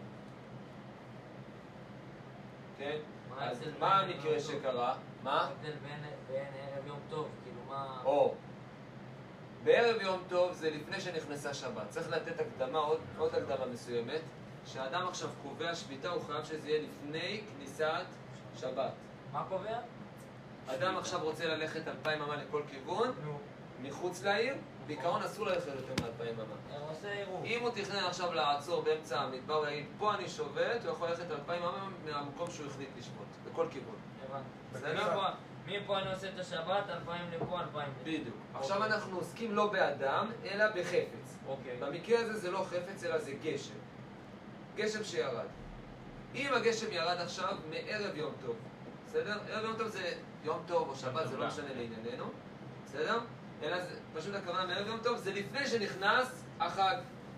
Speaker 3: כן? אז מה המקרה שקרה? מה?
Speaker 12: ההבדל בין ערב יום טוב, כאילו מה...
Speaker 3: או, בערב יום טוב זה לפני שנכנסה שבת. צריך לתת הקדמה, עוד הקדמה מסוימת, שהאדם עכשיו קובע שביתה, הוא חייב שזה יהיה לפני כניסת שבת.
Speaker 12: מה קובע?
Speaker 3: אדם עכשיו רוצה ללכת 2,000 אמה לכל כיוון, מחוץ לעיר, בעיקרון אסור ללכת יותר מ2,000 אמה. אם הוא תכנן עכשיו לעצור באמצע המדבר ולהגיד, פה אני שובת, הוא יכול ללכת 2,000 אמה מהמקום שהוא החליט לשבות, בכל כיוון.
Speaker 12: מפה אני עושה את השבת, 2,000 לפה, 2,000 לפה.
Speaker 3: בדיוק. עכשיו אנחנו עוסקים לא באדם, אלא בחפץ. במקרה הזה זה לא חפץ, אלא זה גשם. גשם שירד. אם הגשם ירד עכשיו מערב יום טוב, בסדר? ערב יום טוב זה יום טוב או שבת, זה לא משנה לענייננו, בסדר? אלא זה פשוט הכוונה מערב יום טוב, זה לפני שנכנס החג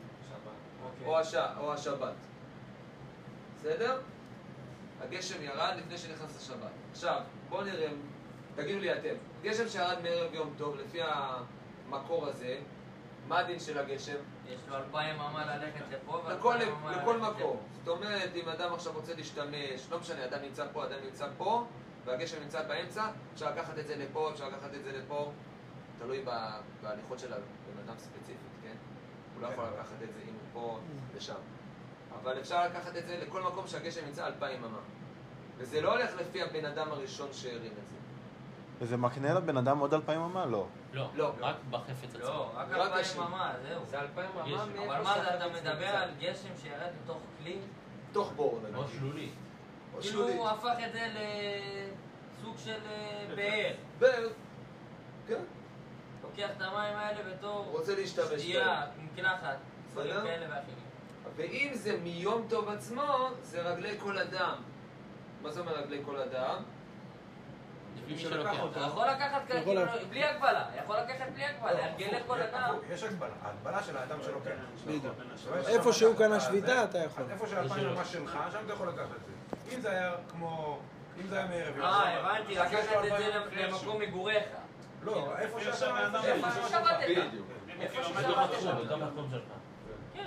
Speaker 3: או השבת. בסדר? הגשם ירד לפני שנכנס השבת. עכשיו, בואו נראה, תגידו לי אתם, גשם שירד מערב יום טוב, לפי המקור הזה, מה הדין של הגשם?
Speaker 12: יש לו 2,000 אמה ללכת לפה
Speaker 3: לכל מקום. זאת אומרת, אם אדם עכשיו רוצה להשתמש, לא משנה, אדם נמצא פה, אדם נמצא פה, והגשם נמצא באמצע, אפשר לקחת את זה לפה, אפשר לקחת את זה לפה, תלוי בהליכות של הבן אדם ספציפית, כן? הוא לא יכול לקחת את זה אם הוא פה ושם. אבל אפשר לקחת את זה לכל מקום שהגשם נמצא 2,000 אמה. וזה לא הולך לפי הבן אדם הראשון שהרים את זה.
Speaker 4: וזה מקנה לבן אדם עוד 2,000 אמה? לא.
Speaker 6: לא, רק בחפץ עצמו.
Speaker 12: לא, רק 2,000 אמה, זהו.
Speaker 11: זה 2,000 אמה מאיפה
Speaker 12: אבל מה זה, אתה מדבר על גשם שירד לתוך כלי?
Speaker 3: תוך בור נגיד.
Speaker 6: או שלולי.
Speaker 12: כאילו הוא הפך את זה לסוג של באר.
Speaker 3: באר, כן.
Speaker 12: לוקח את המים האלה בתור
Speaker 3: רוצה להשתמש בהם.
Speaker 12: שתייה, מקלחת, דברים
Speaker 3: בסדר?
Speaker 12: כאלה ואחרים.
Speaker 3: ואם זה מיום טוב עצמו, זה רגלי כל אדם. מה זה אומר רגלי כל אדם?
Speaker 6: לפי מי שלוקח.
Speaker 12: אתה יכול לקחת בלי הגבלה, יכול לקחת בלי הגבלה, הרגלי כל אדם.
Speaker 7: יש הגבלה, ההגבלה של האדם שלוקח.
Speaker 8: בדיוק. איפה שהוא קנה שביתה, אתה יכול.
Speaker 7: איפה שה2,000 אמה שלך, שם אתה יכול לקחת את זה. אם זה היה כמו... אם זה היה מערב...
Speaker 12: הבנתי, לקחת את זה למקום מגוריך.
Speaker 7: לא, איפה
Speaker 12: איפה
Speaker 7: ששבתת.
Speaker 3: בדיוק.
Speaker 12: איפה ששבתת.
Speaker 6: באותו מקום שלך.
Speaker 12: כן.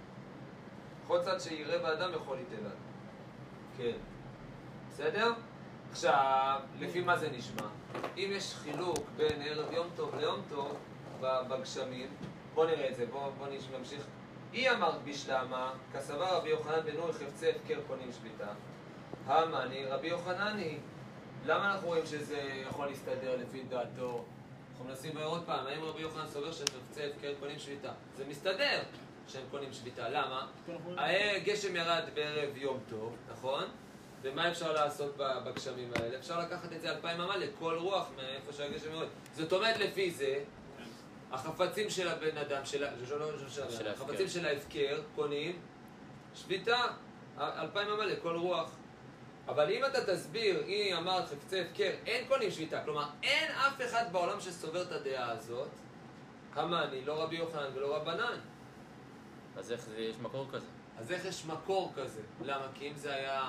Speaker 3: כל צד שיראה באדם יכול להתאלן. כן. בסדר? עכשיו, לפי מה זה נשמע? אם יש חילוק בין ערב יום טוב ליום טוב בגשמים, בוא נראה את זה, בוא נמשיך. היא אמרת בשלמה, כסבר רבי יוחנן בן נורי חפצי הפקר קונים שביתה. המאני רבי יוחנני. למה אנחנו רואים שזה יכול להסתדר לפי דעתו? אנחנו מנסים לראות עוד פעם, האם רבי יוחנן סובר שחפצי הפקר קונים שביתה? זה מסתדר שהם קונים שביתה, למה? גשם ירד בערב יום טוב, נכון? ומה אפשר לעשות בגשמים האלה? אפשר לקחת את זה 2,000 אמה לכל רוח מאיפה שהגשם יורד. זאת אומרת, לפי זה, החפצים של הבן אדם, החפצים של ההפקר, קונים שביתה 2,000 אמה לכל רוח. אבל אם אתה תסביר, היא אמרת חפצי הפקר, אין קונים שביתה. כלומר, אין אף אחד בעולם שסובר את הדעה הזאת. כמה אני, לא רבי יוחנן ולא רבנן.
Speaker 6: אז איך יש מקור כזה?
Speaker 3: אז איך יש מקור כזה? למה? כי אם זה היה...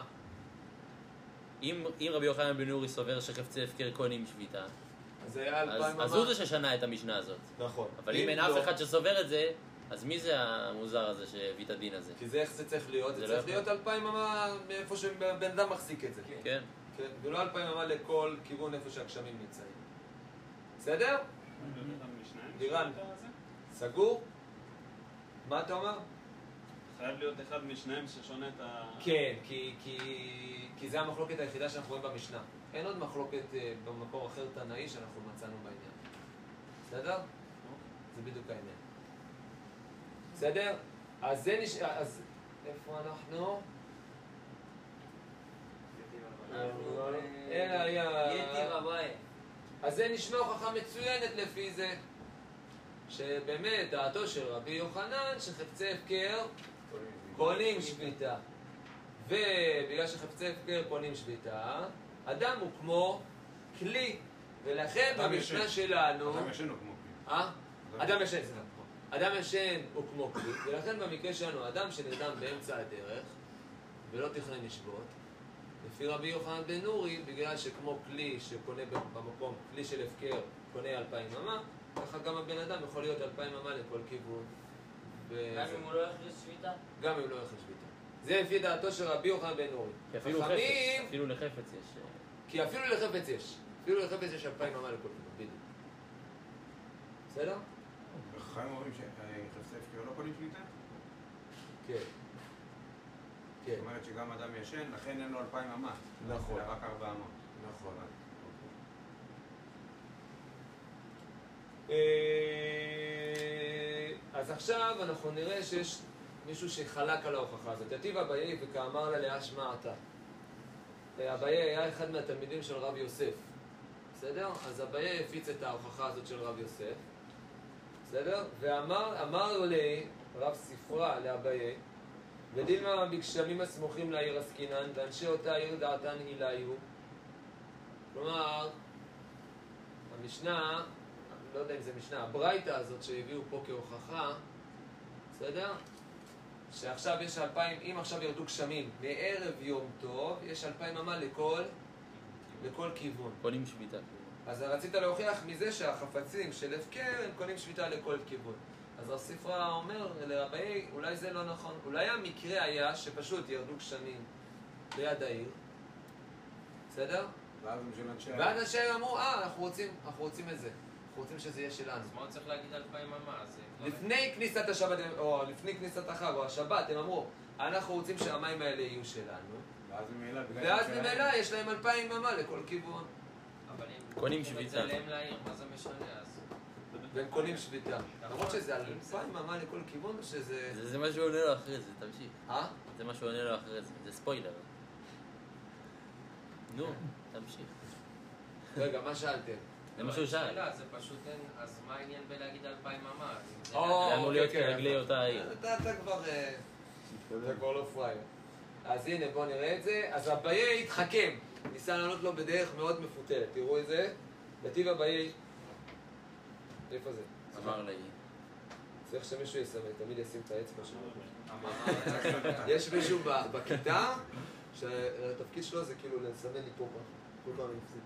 Speaker 6: אם רבי יוחנן בן נורי סובר שחפצי הפקר קונים שביתה,
Speaker 3: אז היה 2,000 אמה.
Speaker 6: אז הוא זה ששנה את המשנה הזאת.
Speaker 3: נכון.
Speaker 6: אבל אם אין אף אחד שסובר את זה, אז מי זה המוזר הזה שהביא את הדין הזה?
Speaker 3: כי זה איך זה צריך להיות? זה צריך להיות 2,000 אמה מאיפה שבן אדם מחזיק את זה.
Speaker 6: כן.
Speaker 3: כן, ולא 2,000 אמה לכל כיוון איפה שהגשמים נמצאים. בסדר? לירן, סגור? מה אתה אומר?
Speaker 9: חייב להיות אחד משניהם ששונה את ה...
Speaker 3: כן, כי זה המחלוקת היחידה שאנחנו רואים במשנה. אין עוד מחלוקת במקור אחר תנאי שאנחנו מצאנו בעניין. בסדר? זה בדיוק העניין. בסדר? אז זה נשאר... אז איפה אנחנו?
Speaker 12: יתי רבי.
Speaker 3: אז זה נשמע הוכחה מצוינת לפי זה. שבאמת דעתו של רבי יוחנן שחפצי הפקר קונים שביתה. ובגלל שחפצי הפקר קונים שביתה, אדם הוא כמו כלי. ולכן במשנה שלנו...
Speaker 7: אדם ישן הוא כמו כלי.
Speaker 3: אדם ישן, זה נכון. אדם ישן הוא כמו כלי, ולכן במקרה שלנו, אדם שנרדם באמצע הדרך ולא תכנן לשבות, לפי רבי יוחנן בן נורי, בגלל שכמו כלי שקונה במקום, כלי של הפקר קונה 2,000 אמה, ככה גם הבן אדם יכול להיות 2,000 אמה לכל כיוון.
Speaker 12: גם אם הוא לא יכניס שביתה?
Speaker 3: גם אם לא יכניס שביתה. זה לפי דעתו של רבי יוחנן בן נורי.
Speaker 6: אפילו לחפץ יש.
Speaker 3: כי אפילו לחפץ יש. אפילו לחפץ יש 2,000 אמה לכל כיוון, בדיוק. בסדר?
Speaker 7: וחיים אומרים שחפצי הפקר לא קונים שביתה?
Speaker 3: כן.
Speaker 7: זאת אומרת שגם אדם ישן, לכן אין לו 2,000 אמה.
Speaker 3: נכון.
Speaker 7: אלא רק 400.
Speaker 3: נכון. אז עכשיו אנחנו נראה שיש מישהו שחלק על ההוכחה הזאת. יתיב אביי וכאמר לה להשמע אתה. אביי היה אחד מהתלמידים של רב יוסף. בסדר? אז אביי הפיץ את ההוכחה הזאת של רב יוסף. בסדר? ואמר לי רב ספרה לאביי, ודילמה בגשמים הסמוכים לעיר עסקינן, ואנשי אותה עיר דעתן היליו. כלומר, המשנה, לא יודע אם זה משנה, הברייתא הזאת שהביאו פה כהוכחה, בסדר? שעכשיו יש 2,000, אם עכשיו ירדו גשמים בערב יום טוב, יש 2,000 אמה לכל כיוון.
Speaker 6: קונים שביתה.
Speaker 3: אז רצית להוכיח מזה שהחפצים של הפקר הם קונים שביתה לכל כיוון. אז הספרה אומר לרבי, אולי זה לא נכון. אולי המקרה היה שפשוט ירדו גשמים ליד העיר. בסדר? ואז אנשי העיר אמרו, אנחנו רוצים את זה. אנחנו רוצים שזה יהיה שלנו.
Speaker 11: אז מה הוא צריך להגיד 2,000 אמה?
Speaker 3: לפני כניסת השבת, או לפני כניסת החג, או השבת, הם אמרו, אנחנו רוצים שהמים האלה יהיו שלנו. ואז ממילא יש להם 2,000 אמה לכל כיוון.
Speaker 11: אבל אם
Speaker 6: קונים שביתה.
Speaker 11: מצלם לעיר, מה זה משנה אז?
Speaker 3: והם קונים שביתה. למרות שזה 2,000 אמה לכל כיוון, או שזה...
Speaker 6: זה מה שהוא עונה לו אחרי זה, תמשיך.
Speaker 3: זה
Speaker 6: מה שהוא עונה לו אחרי זה, זה ספוילר. נו, תמשיך.
Speaker 3: רגע, מה שאלתם?
Speaker 6: זה מה שהוא שאל.
Speaker 11: זה פשוט אין, אז מה העניין בלהגיד 2,000 אמה?
Speaker 6: זה אמור להיות כרגלי אותה העיר.
Speaker 3: אתה כבר לא פרייר. אז הנה, בואו נראה את זה. אז אביי התחכם. ניסה לענות לו בדרך מאוד מפותלת. תראו את זה. נתיב אביי... איפה זה?
Speaker 6: אמר לי.
Speaker 3: צריך שמישהו יסמן, תמיד ישים את האצבע שלו. יש מישהו בכיתה שהתפקיד שלו זה כאילו לסמן לי פה כל פעם אני מפסיד.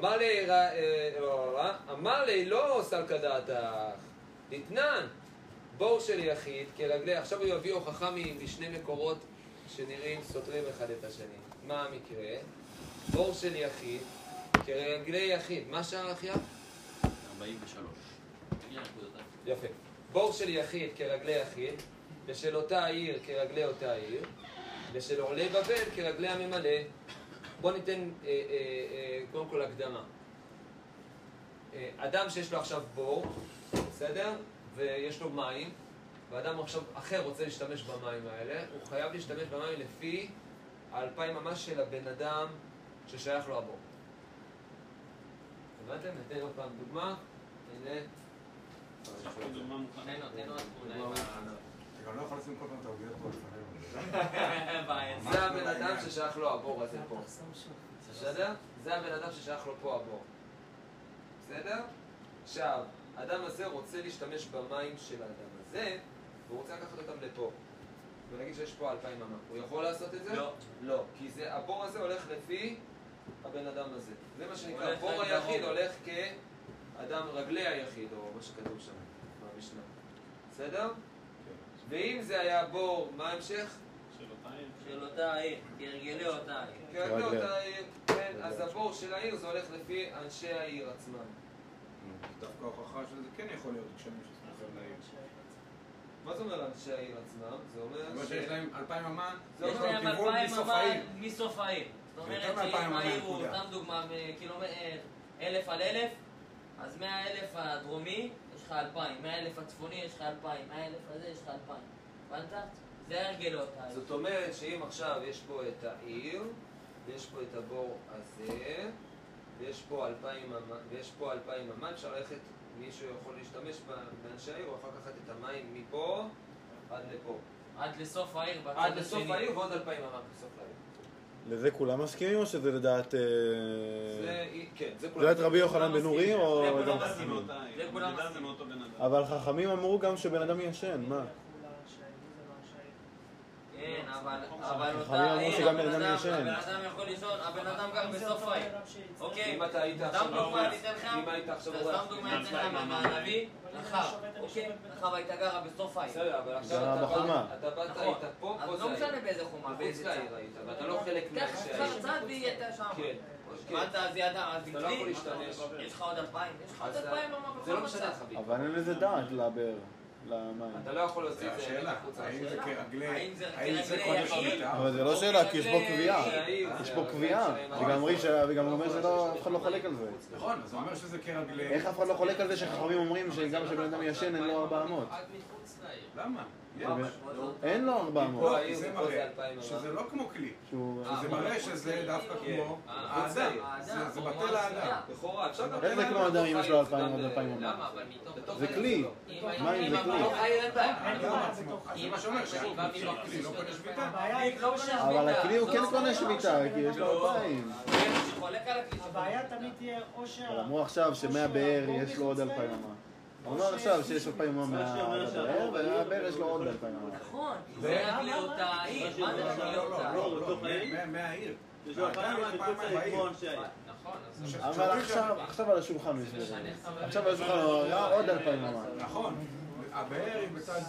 Speaker 3: אמר לי, לא סלקא דעתך, נתנן, בור של יחיד כרגלי, עכשיו הוא יביא הוכחה משני מקורות שנראים סותרים אחד את השני. מה המקרה? בור של יחיד כרגלי יחיד. מה שער אחיה?
Speaker 6: 43.
Speaker 3: יפה. בור של יחיד כרגלי יחיד, ושל אותה עיר כרגלי אותה עיר, ושל עולי בבל כרגלי הממלא. בוא ניתן קודם כל הקדמה. אדם שיש לו עכשיו בור, בסדר? ויש לו מים, ואדם עכשיו אחר רוצה להשתמש במים האלה, הוא חייב להשתמש במים לפי 2,000 ממש של הבן אדם ששייך לו הבור. הבנתם? ניתן עוד פעם דוגמה. הנה.
Speaker 11: תן עוד תמונה.
Speaker 7: אתה גם לא יכול לשים כל פעם את העוגיות פה לפנינו.
Speaker 3: זה הבן אדם ששייך לו הבור הזה פה. בסדר? זה הבן אדם ששייך לו פה הבור. בסדר? עכשיו, האדם הזה רוצה להשתמש במים של האדם הזה, והוא רוצה לקחת אותם לפה. ונגיד שיש פה 2,000 אמה. הוא יכול לעשות את זה?
Speaker 11: לא.
Speaker 3: לא. כי הבור הזה הולך לפי הבן אדם הזה. זה מה שנקרא, הבור היחיד הולך כאדם רגלי היחיד, או מה שכתוב שם במשנה. בסדר? ואם זה היה בור, מה ההמשך?
Speaker 12: של אותה העיר, כהרגלי אותה העיר.
Speaker 3: כהרגלי אותה העיר, כן. אז הבור של העיר זה הולך לפי אנשי העיר עצמם.
Speaker 7: דווקא ההוכחה שזה כן יכול להיות כשאני שסמכם לעיר.
Speaker 3: מה זה אומר אנשי העיר עצמם? זה אומר
Speaker 7: שיש להם 2,000 אמה,
Speaker 12: יש להם 2,000 אמה מסוף העיר. זאת אומרת שאם העיר הוא, סתם דוגמה, 1,000 על 1,000, אז 100,000 הדרומי יש לך 2,000, 100,000 הצפוני יש לך 2,000, 100,000 הזה יש לך 2,000. הבנת? זה הרגלות העיר.
Speaker 3: זאת אומרת שאם עכשיו יש פה את העיר, ויש פה את הבור הזה, ויש פה 2,000 אמה, אפשר ללכת, מישהו יכול להשתמש באנשי העיר, הוא יכול לקחת את המים מפה עד לפה.
Speaker 12: עד לסוף העיר, בצד
Speaker 3: עד לסוף העיר ועוד 2,000 אמה בסוף העיר.
Speaker 4: לזה כולם מסכימים או שזה לדעת...
Speaker 3: כן, זה
Speaker 4: לדעת רבי יוחנן בן נורי או...
Speaker 9: זה כולם מסכימים. זה כולם מסכימים.
Speaker 4: אבל חכמים אמרו גם שבן אדם ישן, מה?
Speaker 12: כן, אבל
Speaker 4: חכמים אמרו שגם בן אדם ישן.
Speaker 12: הבן אדם יכול לישון, הבן אדם גר בסוף העיר. אוקיי?
Speaker 3: אם אתה היית
Speaker 12: סתם דוגמה, אני אתן לך,
Speaker 3: עכשיו
Speaker 12: סתם דוגמה, אני אתן לך מהנביא, רחב, אוקיי? רחב הייתה גרה בסוף העיר.
Speaker 3: בסדר, אבל עכשיו אתה באת, היית פה,
Speaker 12: אז לא משנה באיזה חומה, באיזה צד.
Speaker 3: ואתה לא חלק
Speaker 12: קח צד והיא הייתה שם.
Speaker 3: כן.
Speaker 12: מה אתה אז ידע, אז
Speaker 3: אתה לא יכול להשתמש.
Speaker 12: יש לך עוד 2,000, יש לך עוד 2,000 אמה
Speaker 3: זה לא
Speaker 12: בכל
Speaker 3: משנה
Speaker 12: מצב.
Speaker 3: חביב.
Speaker 4: אבל אין לזה דעת לבאר, למים.
Speaker 3: אתה לא יכול להוציא את זה.
Speaker 7: השאלה, האם זה כרגלי...
Speaker 12: האם זה
Speaker 7: קודש
Speaker 12: יחיד?
Speaker 7: שביתה?
Speaker 4: אבל זה לא שאלה, כי יש פה קביעה. יש פה קביעה. וגם אומר שאף אחד לא חולק על זה.
Speaker 7: נכון, אז הוא אומר שזה כרגלי...
Speaker 4: איך אף אחד לא חולק על זה שחכמים אומרים שגם כשבן אדם ישן אין לו 400?
Speaker 11: עד מחוץ לעיר.
Speaker 7: למה?
Speaker 4: אין לו 400.
Speaker 7: זה מראה שזה לא כמו כלי. זה מראה שזה דווקא כמו האדם. זה בטל האדם.
Speaker 3: לכאורה, אפשר גם...
Speaker 4: איך זה כמו אדם אם יש לו 2,000 עד 2,000?
Speaker 11: למה? אבל מתוך...
Speaker 4: זה כלי. מים זה כלי.
Speaker 7: זה מה שאומר שהכלי לא קונה שביתה.
Speaker 4: אבל הכלי הוא כן קונה שביתה, כי יש לו 2,000.
Speaker 10: הבעיה תמיד תהיה או
Speaker 4: אבל אמרו עכשיו שמהבאר יש לו עוד 2,000 אמה. הוא אומר עכשיו שיש 2,000 אמה מהבאר, ומהבאר יש לו עוד 2,000 אמה.
Speaker 12: נכון, זה רגלי אותה העיר, מה זה רגלי אותה העיר?
Speaker 7: מהעיר.
Speaker 10: יש לו 2,000 מחוץ לעיר כמו אנשי העיר.
Speaker 11: נכון,
Speaker 4: אבל עכשיו על השולחן הוא הסביר. עכשיו על השולחן הוא הראה עוד 2,000 אמה.
Speaker 7: נכון, הבאר היא בצד...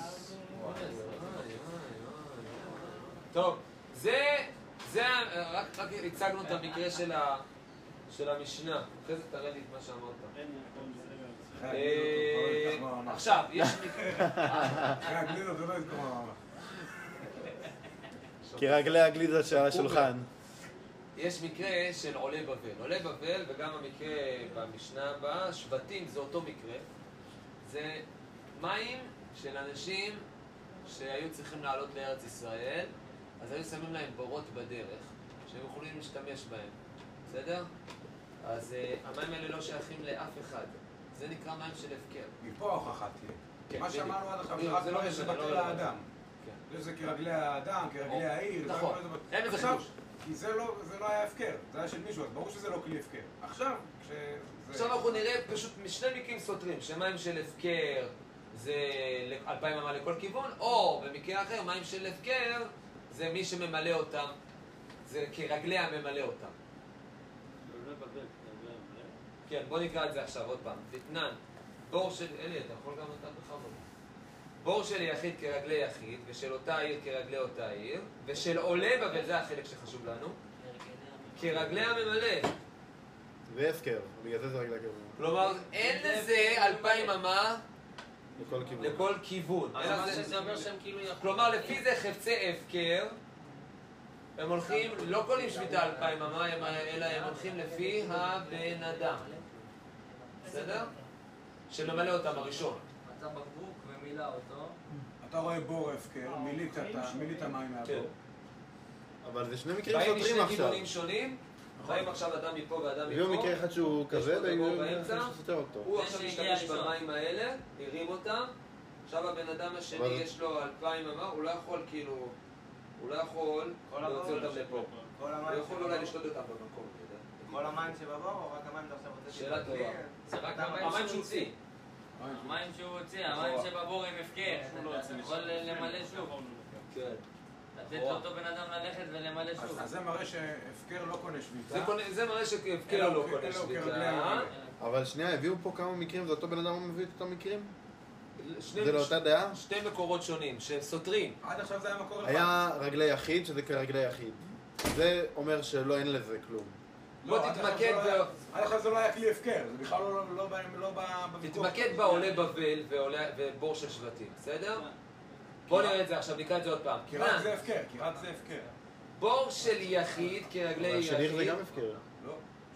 Speaker 3: טוב, רק הצגנו את המקרה של המשנה. אחרי זה תראה לי את מה שאמרת. עכשיו, יש מקרה...
Speaker 7: הגלידות, זה לא יזכור מה.
Speaker 4: כי רגלי הגלידה שעל השולחן.
Speaker 3: יש מקרה של עולי בבל. עולי בבל, וגם המקרה במשנה הבאה, שבטים זה אותו מקרה. זה מים של אנשים שהיו צריכים לעלות לארץ ישראל, אז היו שמים להם בורות בדרך, שהם יכולים להשתמש בהם, בסדר? אז המים האלה לא שייכים לאף אחד. זה נקרא מים של הפקר.
Speaker 7: מפה ההוכחה תהיה. מה שאמרנו עד עכשיו,
Speaker 3: זה
Speaker 7: רק לא יש לבטל האדם. זה כרגלי האדם, כרגלי העיר.
Speaker 3: נכון, אין בזה חידוש.
Speaker 7: כי זה לא היה הפקר, זה היה של מישהו, אז ברור שזה לא כלי הפקר.
Speaker 3: עכשיו אנחנו נראה פשוט משני מקרים סותרים, שמים של הפקר זה 2,000 אמה לכל כיוון, או במקרה אחר, מים של הפקר זה מי שממלא אותם, זה כרגלי הממלא אותם. כן, בוא נקרא את זה עכשיו עוד פעם. תתנן, בור של... אלי, אתה יכול גם אתה בכבוד. בור של יחיד כרגלי יחיד, ושל אותה עיר כרגלי אותה עיר, ושל עולה בבל, זה החלק שחשוב לנו, כרגלי הממלא.
Speaker 4: והפקר, בגלל זה רגלי הכיוון.
Speaker 3: כלומר, אין לזה 2,000 אמה לכל כיוון. כלומר, לפי זה חפצי הפקר, הם הולכים, לא קונים שביתה 2,000 אמה, אלא הם הולכים לפי הבן אדם. בסדר? שממלא אותם הראשון.
Speaker 12: מצא בקבוק ומילא אותו.
Speaker 7: אתה רואה בור הפקר, מילית מים מהבור.
Speaker 4: אבל זה שני מקרים
Speaker 3: באים
Speaker 4: סותרים
Speaker 3: משני
Speaker 4: עכשיו.
Speaker 3: כיוונים שונים, באים עכשיו אדם מפה ואדם מפה.
Speaker 4: הביאו מקרה אחד שהוא כזה,
Speaker 3: באמצע, הוא עכשיו משתמש במים האלה, הרים אותם, עכשיו הבן אדם השני יש לו 2,000 אמה, הוא לא יכול כאילו, הוא לא יכול להוציא אותם לפה. הוא יכול אולי לשתות אותם במקום.
Speaker 10: כל המים שבבור או רק המים שעכשיו רוצה...
Speaker 3: שאלה טובה.
Speaker 12: זה רק
Speaker 3: המים שהוא הוציא.
Speaker 12: המים שהוא הוציא, המים שבבור הם הפקר. אתה יכול למלא שוב.
Speaker 3: כן.
Speaker 12: לתת לאותו בן אדם ללכת ולמלא שוב.
Speaker 7: אז זה מראה שהפקר לא קונה שביתה.
Speaker 3: זה מראה שהפקר לא קונה שביתה.
Speaker 4: אבל שנייה, הביאו פה כמה מקרים, זה אותו בן אדם מביא את אותם מקרים? זה לאותה דעה?
Speaker 3: שתי מקורות שונים, שסותרים.
Speaker 7: עד עכשיו זה היה מקור אחד.
Speaker 4: היה רגלי יחיד, שזה כרגלי יחיד. זה אומר שלא אין לזה כלום.
Speaker 3: בוא תתמקד
Speaker 7: עד עכשיו זה לא היה כלי הפקר, זה בכלל לא בוויכוח.
Speaker 3: תתמקד בעולה בבל ובור של שבטים, בסדר? בוא נראה את זה עכשיו, נקרא את זה עוד פעם.
Speaker 7: כי רק זה הפקר, כי רק זה הפקר.
Speaker 3: בור של יחיד כרגלי יחיד.
Speaker 4: של עיר זה גם הפקר.
Speaker 7: לא,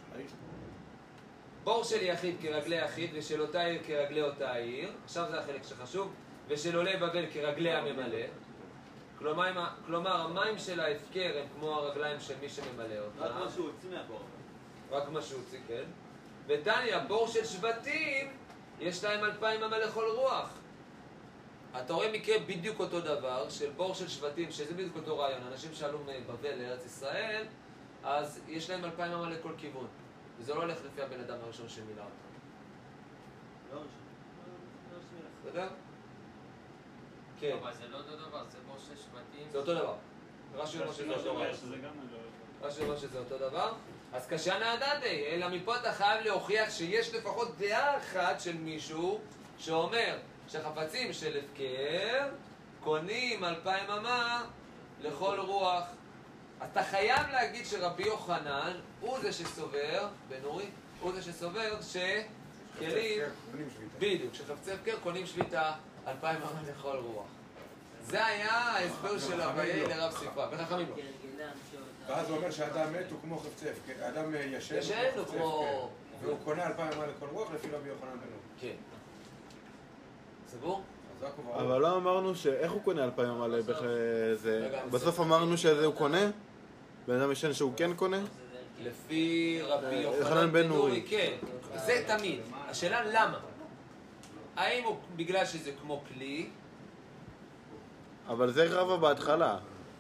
Speaker 3: בור של יחיד כרגלי יחיד ושל אותה עיר כרגלי אותה עיר. עכשיו זה החלק שחשוב. ושל עולה בבל כרגלי הממלא. כלומר, המים של ההפקר הם כמו הרגליים של מי שממלא אותם.
Speaker 10: רק מה שהוא הוציא מהבור.
Speaker 3: רק מה שהוא הוציא, כן. ודניה, בור של שבטים, יש להם 2,000 אמה לכל רוח. אתה רואה מקרה בדיוק אותו דבר, של בור של שבטים, שזה בדיוק אותו רעיון. אנשים שעלו מבבל לארץ ישראל, אז יש להם 2,000 אמה לכל כיוון. וזה לא הולך לפי הבן אדם הראשון שמילא אותו.
Speaker 10: לא ראשון.
Speaker 3: בסדר? כן.
Speaker 11: אבל זה לא אותו דבר, זה בור של שבטים.
Speaker 3: זה אותו דבר. רש"י אומר שזה אותו דבר. רש"י אומר שזה אותו דבר. אז קשה נדדי, אלא מפה אתה חייב להוכיח שיש לפחות דעה אחת של מישהו שאומר שחפצים של הפקר קונים 2,000 אמה לכל רוח. אתה חייב להגיד שרבי יוחנן הוא זה שסובר, בן אורי, הוא זה שסובר שכלים, בדיוק, שחפצי הפקר קונים שביתה 2,000 אמה לכל רוח. זה היה ההסבר של אביי לרב ספרה, וחכמים לא.
Speaker 7: ואז הוא אומר שהאדם מת הוא כמו חפצי הפקר, האדם ישן
Speaker 3: הוא כמו...
Speaker 7: והוא קונה 2,000 אמה לכל רוח לפי רבי יוחנן בן אורי.
Speaker 3: כן. סבור?
Speaker 4: אבל לא אמרנו איך הוא קונה 2,000 אמה זה... בסוף אמרנו שזה הוא קונה? בן אדם ישן שהוא כן קונה?
Speaker 3: לפי רבי יוחנן בן נורי, כן. זה תמיד. השאלה למה? האם הוא בגלל שזה כמו כלי?
Speaker 4: אבל זה רבא בהתחלה.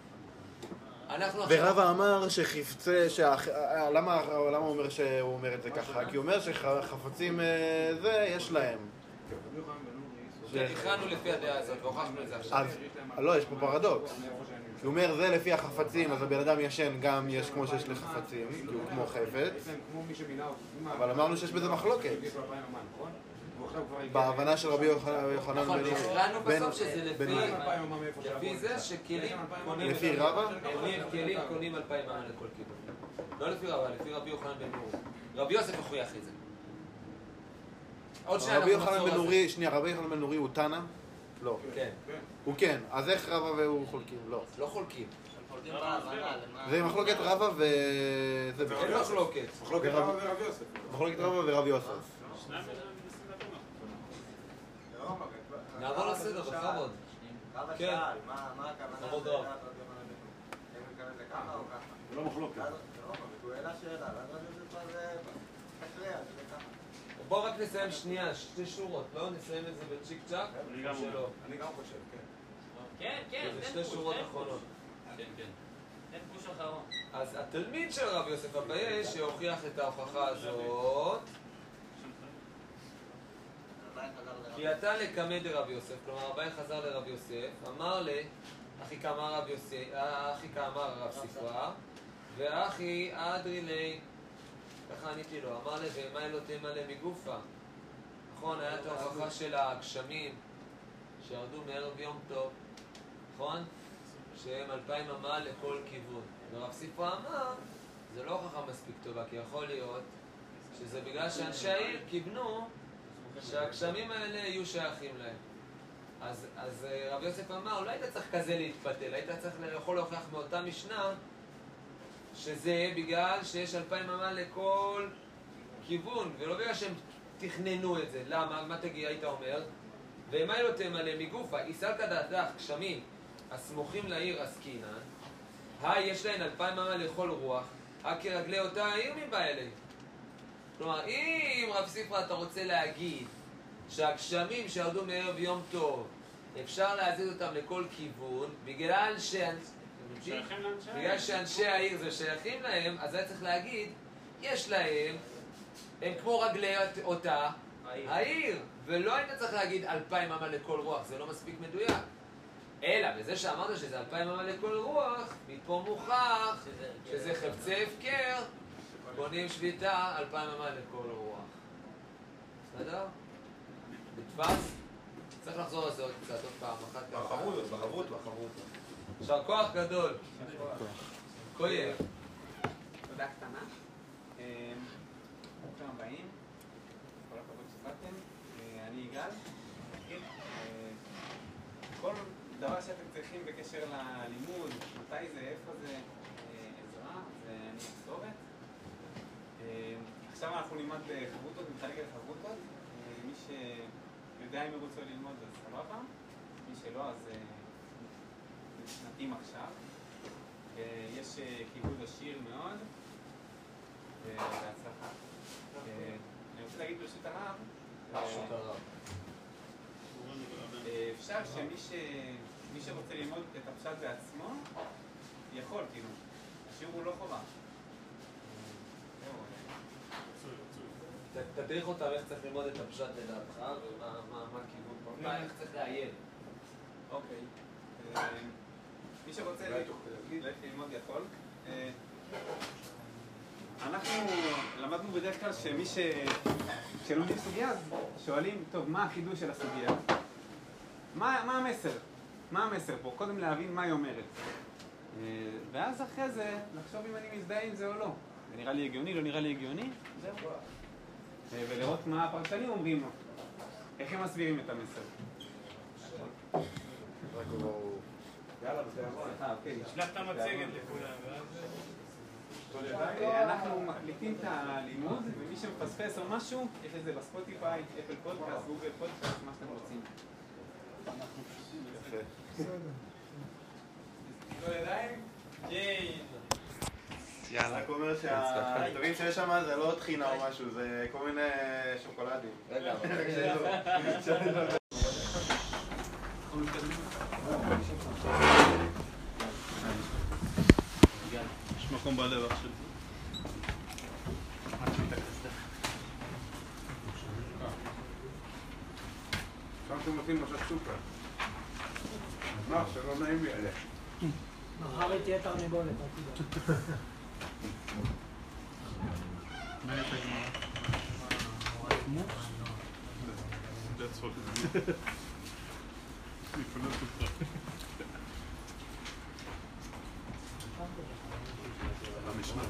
Speaker 4: ורבא אמר שחפצה, למה הוא אומר שהוא אומר את זה ככה? כי הוא אומר שחפצים זה יש להם.
Speaker 3: הכרענו לפי הדעה הזאת, והוכחנו את זה עכשיו.
Speaker 4: לא, יש פה פרדוקס. הוא אומר זה לפי החפצים, אז הבן אדם ישן גם יש כמו שיש לחפצים, כי הוא כמו חפץ. אבל אמרנו שיש בזה מחלוקת. בהבנה של רבי יוחנן בן נורי.
Speaker 3: הכרענו בסוף שזה לפי זה שכלים קונים...
Speaker 4: לפי רבא?
Speaker 3: כלים קונים 2,000 אמה לכל כיוון. לא לפי רבא, לפי רבי יוחנן בן נורי. רבי יוסף הוכיח את זה.
Speaker 4: רבי יוחנן בן נורי, שנייה, רבי יוחנן בן נורי הוא תנא? לא.
Speaker 3: כן.
Speaker 4: הוא כן, אז איך רבא והוא חולקים? לא.
Speaker 3: לא חולקים.
Speaker 4: זה מחלוקת רבא ו...
Speaker 3: אין מחלוקת.
Speaker 7: מחלוקת רבא ורב יוסף.
Speaker 4: מחלוקת רבא ורב יוסף.
Speaker 3: נעבור לסדר, בכבוד.
Speaker 10: רבא
Speaker 3: כן.
Speaker 10: שאל, מה הכוונה?
Speaker 3: בכבוד רב.
Speaker 10: האם הוא מתכוון לככה או ככה?
Speaker 8: זה לא מחלוקת.
Speaker 10: לא, הוא העלה שאלה, ואז רבי יוסף כבר תכריע, שזה ככה.
Speaker 3: בואו רק נסיים שנייה, 2 שורות, לא? נסיים את זה בצ'יק צ'אק?
Speaker 7: אני גם חושב, כן.
Speaker 12: כן,
Speaker 3: זה
Speaker 12: תן
Speaker 3: 2
Speaker 12: פוש,
Speaker 3: שורות
Speaker 12: תן פוש.
Speaker 3: אחרונות.
Speaker 6: כן, כן.
Speaker 12: תן פוש אחרון.
Speaker 3: אז התלמיד של רבי יוסף אביה שהוכיח את ההוכחה הזאת, כי אתה לקמא דרבי יוסף, כלומר אביי חזר לרבי יוסף, אמר לי, אחי כאמר הרב ספרא, ואחי אדרי לי, ככה עניתי לו, אמר לי, ומה לא תמלא מגופה? נכון, היה את ההוכחה של הגשמים שירדו מערב יום טוב, נכון? שהם 2,000 אמה לכל כיוון. ורב ספרא אמר, זה לא הוכחה מספיק טובה, כי יכול להיות שזה בגלל שאנשי העיר כיוונו שהגשמים האלה יהיו שייכים להם. אז רב יוסף אמר, לא היית צריך כזה להתפתל, היית צריך יכול להוכיח מאותה משנה שזה בגלל שיש 2,000 אמה לכל כיוון, ולא בגלל שהם תכננו את זה. למה? מה תגיע, היית אומר? ומה לא תמלא מגופה? איסלקא דעתך, גשמים הסמוכים לעיר עסקינן, יש להן 2,000 אמה לכל רוח, כרגלי אותה העיר מבעלי. כלומר, אם רב ספרא אתה רוצה להגיד שהגשמים שירדו מערב יום טוב אפשר להזיז אותם לכל כיוון בגלל שאנשי העיר זה שייכים להם, אז היה צריך להגיד יש להם, הם כמו רגלי אותה העיר, ולא היית צריך להגיד 2,000 אמה לכל רוח, זה לא מספיק מדויק. אלא בזה שאמרת שזה 2,000 אמה לכל רוח, מפה מוכח שזה חפצי הפקר, בונים שביתה 2,000 אמה לכל רוח. בסדר? נתפס? צריך לחזור על זה עוד קצת, עוד פעם אחת.
Speaker 7: בחברות.
Speaker 3: יישר כוח גדול. כויר.
Speaker 2: תודה קטנה. ברוכים הבאים. כל הכבוד שבאתם. אני יגאל. כל דבר שאתם צריכים בקשר ללימוד, מתי זה, איפה זה, עזרה, אז אני הכתובת. עכשיו אנחנו נלמד חברותות, נתחלק על חברותות. מי שיודע אם הוא רוצה ללמוד אז סבבה, מי שלא אז נתאים עכשיו. יש כיבוד עשיר מאוד והצלחה. אני רוצה להגיד ברשות הרב, אפשר שמי שרוצה ללמוד את הפשט בעצמו יכול, כאילו, השיעור הוא לא חובה.
Speaker 3: תדריך אותם איך צריך ללמוד את הפשט לדעתך ומה הכיוון פה, איך צריך לעיין.
Speaker 2: אוקיי. מי שרוצה ללמוד יכול. אנחנו למדנו בדרך כלל שמי שלומדים סוגיה אז שואלים, טוב, מה החידוש של הסוגיה? מה המסר? מה המסר פה? קודם להבין מה היא אומרת. ואז אחרי זה לחשוב אם אני מזדהה עם זה או לא. זה נראה לי הגיוני, לא נראה לי הגיוני? זהו. ולראות מה הפרשנים אומרים לו. איך הם מסבירים את המסר.
Speaker 7: יאללה, בסדר.
Speaker 9: שלח את המצגת לכולם.
Speaker 2: אנחנו מקליטים את הלימוד, ומי שמפספס או משהו, יש את זה בספוטיפיי, אפל פודקאסט, גוגל פודקאסט, מה שאתם רוצים.
Speaker 7: יפה.
Speaker 2: לא ידיים? ייי!
Speaker 4: יאללה. רק אומר שהטובים שיש שם זה לא תחינה או משהו, זה כל מיני שוקולדים. רגע,
Speaker 8: יש מקום בלב אח שלי.
Speaker 7: שם אתם עושים משהו סופר. מה, שלא נעים לי עליה.
Speaker 13: מחר תהיה תרנגולת,
Speaker 8: מה הייתה גמרא? לצחוק. אני פולט אותך. המשנה.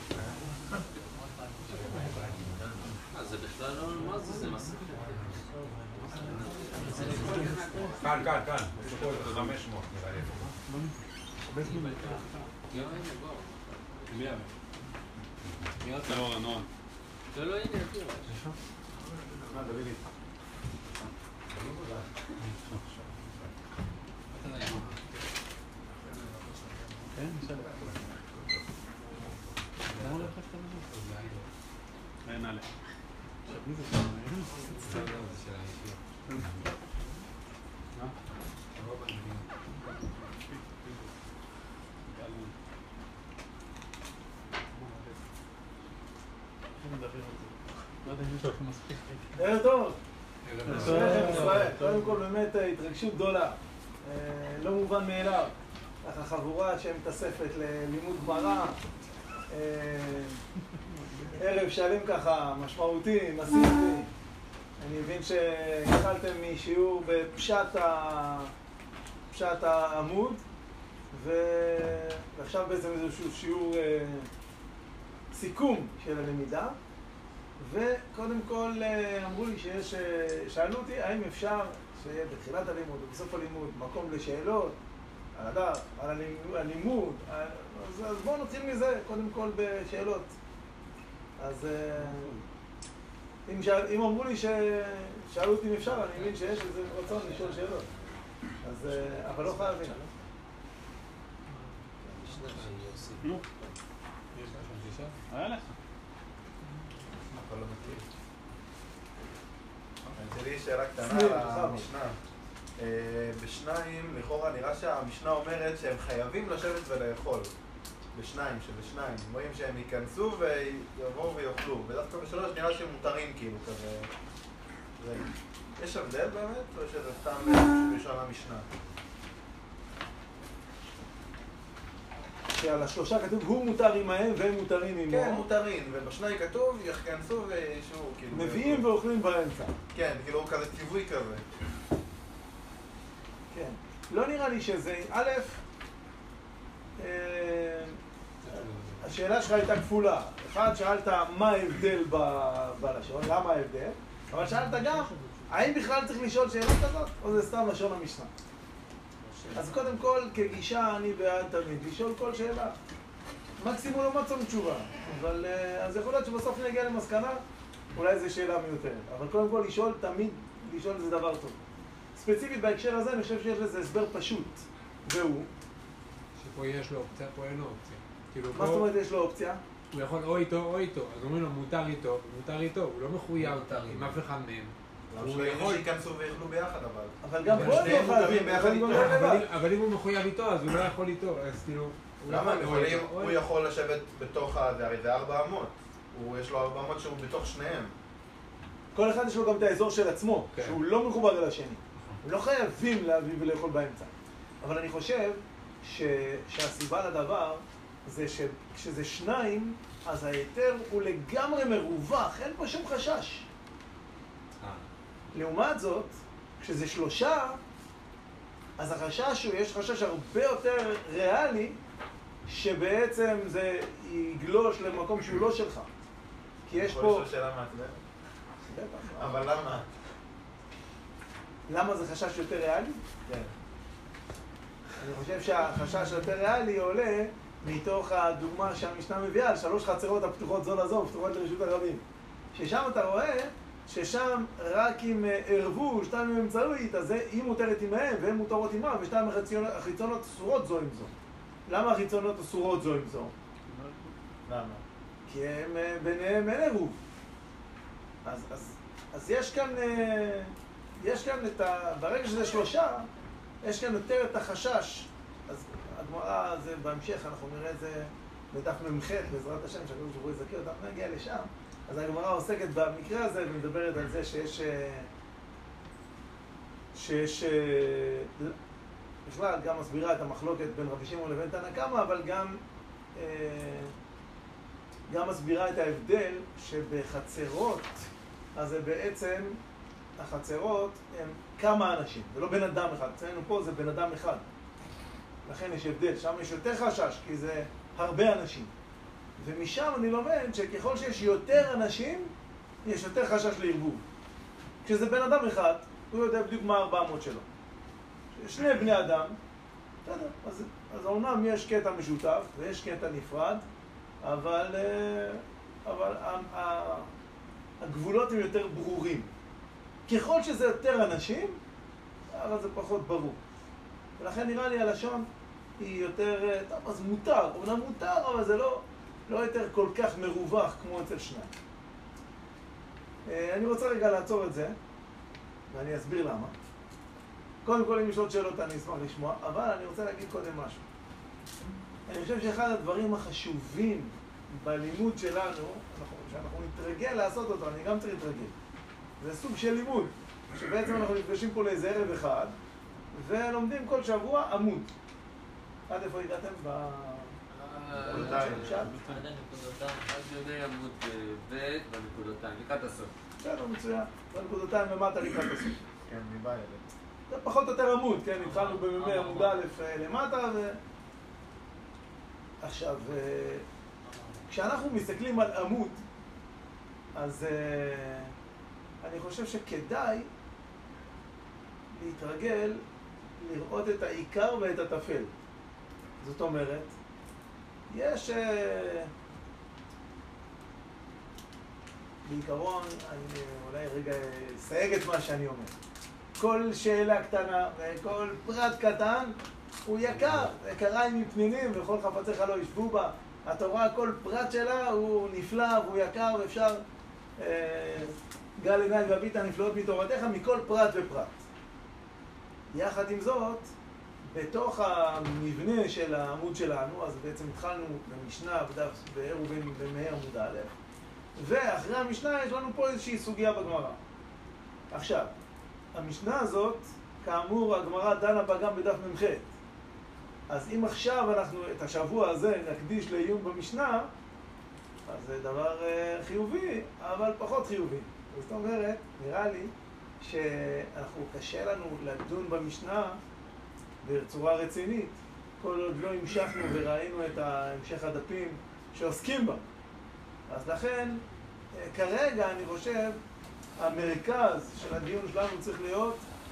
Speaker 3: זה בכלל לא, מה זה? זה מספיק.
Speaker 7: כאן. יש פה איזה 500 נראה לי.
Speaker 8: נורא.
Speaker 6: לא, הנה, תראו.
Speaker 7: דודי.
Speaker 8: כן, בסדר. למה לא החלפת לזה? אין עליה. מי זה שם? זה של האישיות. מה?
Speaker 14: ערב טוב. קודם כל באמת התרגשות גדולה. לא מובן מאליו. ככה חבורה שמתאספת ללימוד גמרא. ערב שלם ככה, משמעותי, מסיבי. אני מבין שהתחלתם משיעור בפשט העמוד, ועכשיו בעצם איזשהו שיעור סיכום של הלמידה. וקודם כל אמרו לי שאלו אותי האם אפשר שיהיה בתחילת הלימוד ובסוף הלימוד מקום לשאלות על הדף, על הלימוד. אז בואו נתחיל מזה, קודם כל בשאלות. אז אם אמרו לי שאלו אותי אם אפשר, אני מבין שיש איזה רצון לשאול שאלות. אז, אבל לא חייבים.
Speaker 8: נו. היה לך.
Speaker 4: אני רוצה לי שאלה קטנה על המשנה. בשניים, לכאורה נראה שהמשנה אומרת שהם חייבים לשבת ולאכול. בשניים. רואים שהם ייכנסו ויבואו ויאכלו. ודווקא בשלוש נראה שהם מותרים כאילו כזה. יש הבדל באמת? או שזה סתם בשביל המשנה?
Speaker 14: שעל השלושה כתוב הוא מותר עמהם והם מותרים עמו.
Speaker 4: כן, מותרים, ובשניים כתוב יכנסו וישבו כאילו.
Speaker 14: מביאים ואוכלים באמצע.
Speaker 4: כן, כאילו כזה ציווי כזה.
Speaker 14: כן. לא נראה לי שזה, א', השאלה שלך הייתה כפולה. אחד, שאלת מה ההבדל בלשון, למה ההבדל, אבל שאלת גם, האם בכלל צריך לשאול שאלה כזאת, או זה סתם לשון המשנה? אז קודם כל, כגישה אני בעד תמיד, לשאול כל שאלה. מקסימום לא מצאנו תשובה, אבל אז יכול להיות שבסוף נגיע למסקנה, אולי זו שאלה מיותרת. אבל קודם כל, לשאול תמיד, לשאול זה דבר טוב. ספציפית בהקשר הזה, אני חושב שיש לזה הסבר פשוט, והוא
Speaker 15: שפה יש לו אופציה, פה אין לו אופציה.
Speaker 14: מה זאת אומרת יש לו אופציה?
Speaker 15: הוא יכול או איתו או איתו, אז אומרים לו מותר איתו, הוא לא מחויב עם אף אחד מהם.
Speaker 4: הוא יכול להיכנסו ויאכלו ביחד
Speaker 14: אבל גם פה הם לא חייבים,
Speaker 15: אבל אם הוא מחויב איתו אז הוא לא יכול איתו, אז כאילו...
Speaker 4: למה? הוא יכול לשבת בתוך הזה, הרי זה 4 אמות. יש לו 4 אמות שהוא בתוך שניהם.
Speaker 14: כל אחד יש לו גם את האזור של עצמו, שהוא לא מחובר אל השני. הם לא חייבים להביא ולאכול באמצע. אבל אני חושב שהסיבה לדבר זה שכשזה 2, אז ההיתר הוא לגמרי מרווח, אין פה שום חשש. לעומת זאת, כשזה 3, אז החשש הוא, יש חשש הרבה יותר ריאלי, שבעצם זה יגלוש למקום שהוא לא שלך. כי יש פה...
Speaker 4: יכול לשאול שאלה מעצבנת? אבל למה?
Speaker 14: למה זה חשש יותר ריאלי?
Speaker 4: כן.
Speaker 14: אני חושב שהחשש יותר ריאלי עולה מתוך הדוגמה שהמשנה מביאה על 3 חצרות הפתוחות זו לזו, פתוחות לרשות הרבים. ששם אתה רואה ששם רק אם ערבו 2 באמצעית, אז היא מותרת עמהם והן מותרות עמם, ו2 החיצונות אסורות זו עם זו. למה החיצונות אסורות זו עם זו?
Speaker 4: למה?
Speaker 14: כי הם ביניהם אין עירוב. אז יש כאן את ברגע שזה 3, יש כאן יותר את החשש. אז הגמרא, זה בהמשך, אנחנו נראה את זה בדף ממ"ח, בעזרת השם, שהקדוש ברוך הוא יזכה אותנו, נגיע לשם. אז הגמרא עוסקת במקרה הזה ומדברת על זה שיש בכלל גם מסבירה את המחלוקת בין רבי שמעון לבין תנא קמא, אבל גם מסבירה את ההבדל שבחצרות, אז זה בעצם, החצרות הם כמה אנשים, זה לא בן אדם אחד, אצלנו פה זה בן אדם אחד. לכן יש הבדל, שם יש יותר חשש, כי זה הרבה אנשים. ומשם אני לומד שככל שיש יותר אנשים, יש יותר חשש לערבוב. כשזה בן אדם אחד, הוא יודע בדיוק מה 400 שלו. שני בני אדם, בסדר, אז אומנם יש קטע משותף ויש קטע נפרד, אבל הגבולות הם יותר ברורים. ככל שזה יותר אנשים, אבל זה פחות ברור. ולכן נראה לי הלשון היא יותר, טוב, אז מותר, אומנם מותר, אבל זה לא יותר כל כך מרווח כמו אצל שניים. אני רוצה רגע לעצור את זה, ואני אסביר למה. קודם כל, אם יש עוד שאלות אני אשמח לשמוע, אבל אני רוצה להגיד קודם משהו. אני חושב שאחד הדברים החשובים בלימוד שלנו, שאנחנו נתרגל לעשות אותו, אני גם צריך להתרגל. זה סוג של לימוד, שבעצם אנחנו נפגשים פה לאיזה ערב אחד, ולומדים כל שבוע עמוד. עד איפה הגעתם?
Speaker 3: עד יודעי עמוד ב' בנקודותיים, לקראת הסוף.
Speaker 14: בסדר, מצוין. בנקודותיים למטה לקראת הסוף.
Speaker 4: כן, מבא ילד.
Speaker 14: זה פחות או יותר עמוד, כן? התחלנו בממי עמוד א' למטה עכשיו, כשאנחנו מסתכלים על עמוד, אז אני חושב שכדאי להתרגל לראות את העיקר ואת הטפל. זאת אומרת, יש בעיקרון, אני אולי רגע אסייג את מה שאני אומר. כל שאלה קטנה וכל פרט קטן הוא יקר, יקריים מפנינים וכל חפציך לא ישבו בה. התורה, כל פרט שלה הוא נפלא והוא יקר ואפשר גל עיניי והביט הנפלאות מתורתך מכל פרט ופרט. יחד עם זאת, בתוך המבנה של העמוד שלנו, אז בעצם התחלנו במשנה בדף באר ובמאר עמוד א', ואחרי המשנה יש לנו פה איזושהי סוגיה בגמרא. עכשיו, המשנה הזאת, כאמור, הגמרא דנה בה גם בדף מ"ח. אז אם עכשיו אנחנו את השבוע הזה נקדיש לעיון במשנה, אז זה דבר חיובי, אבל פחות חיובי. זאת אומרת, נראה לי שאנחנו קשה לנו לדון במשנה בצורה רצינית, כל עוד לא המשכנו וראינו את המשך הדפים שעוסקים בה. אז לכן, כרגע אני חושב, המרכז של הדיון שלנו צריך להיות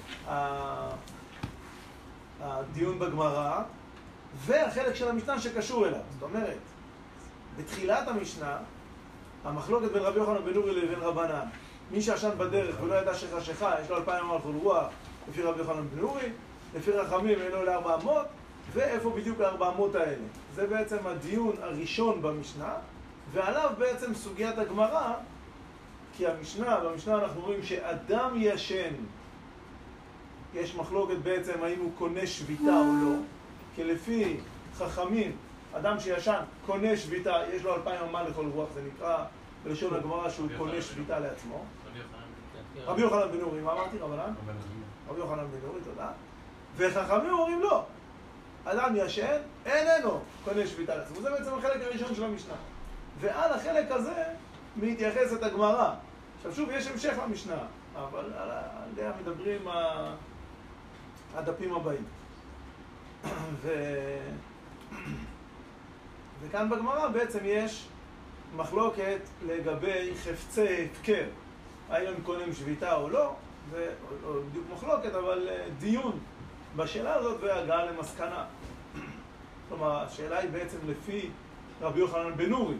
Speaker 14: הדיון בגמרא, והחלק של המשנה שקשור אליו. זאת אומרת, בתחילת המשנה, המחלוקת בין רבי יוחנן בן נורי לבין רבנן, מי שעשן בדרך ולא ידע שחשיכה, יש לו 2,000 אמה לכל רוח, לפי רבי יוחנן בן נורי, לפי רחמים אין לו ל400, ואיפה בדיוק ה400 האלה. זה בעצם הדיון הראשון במשנה, ועליו בעצם סוגיית הגמרא, כי במשנה אנחנו רואים שאדם ישן, יש מחלוקת בעצם האם הוא קונה שביתה או לא, כי לפי חכמים, אדם שישן קונה שביתה, יש לו 2,000 אמה לכל רוח, זה נקרא בלשון הגמרא שהוא קונה שביתה לעצמו. רבי יוחנן בן נורי, מה אמרתי? רבנן? רבי יוחנן בן נורי, תודה. וחכמים אומרים לא, אדם ישן, איננו קונה שביתה לעצמו. זה בעצם החלק הראשון של המשנה. ועל החלק הזה מתייחסת הגמרא. עכשיו שוב, יש המשך למשנה, אבל עליה מדברים הדפים הבאים. וכאן בגמרא בעצם יש מחלוקת לגבי חפצי הפקר, האם הם קונים שביתה או לא, או בדיוק מחלוקת, אבל דיון בשאלה הזאת והגעה למסקנה. כלומר, השאלה היא בעצם לפי רבי יוחנן בן נורי.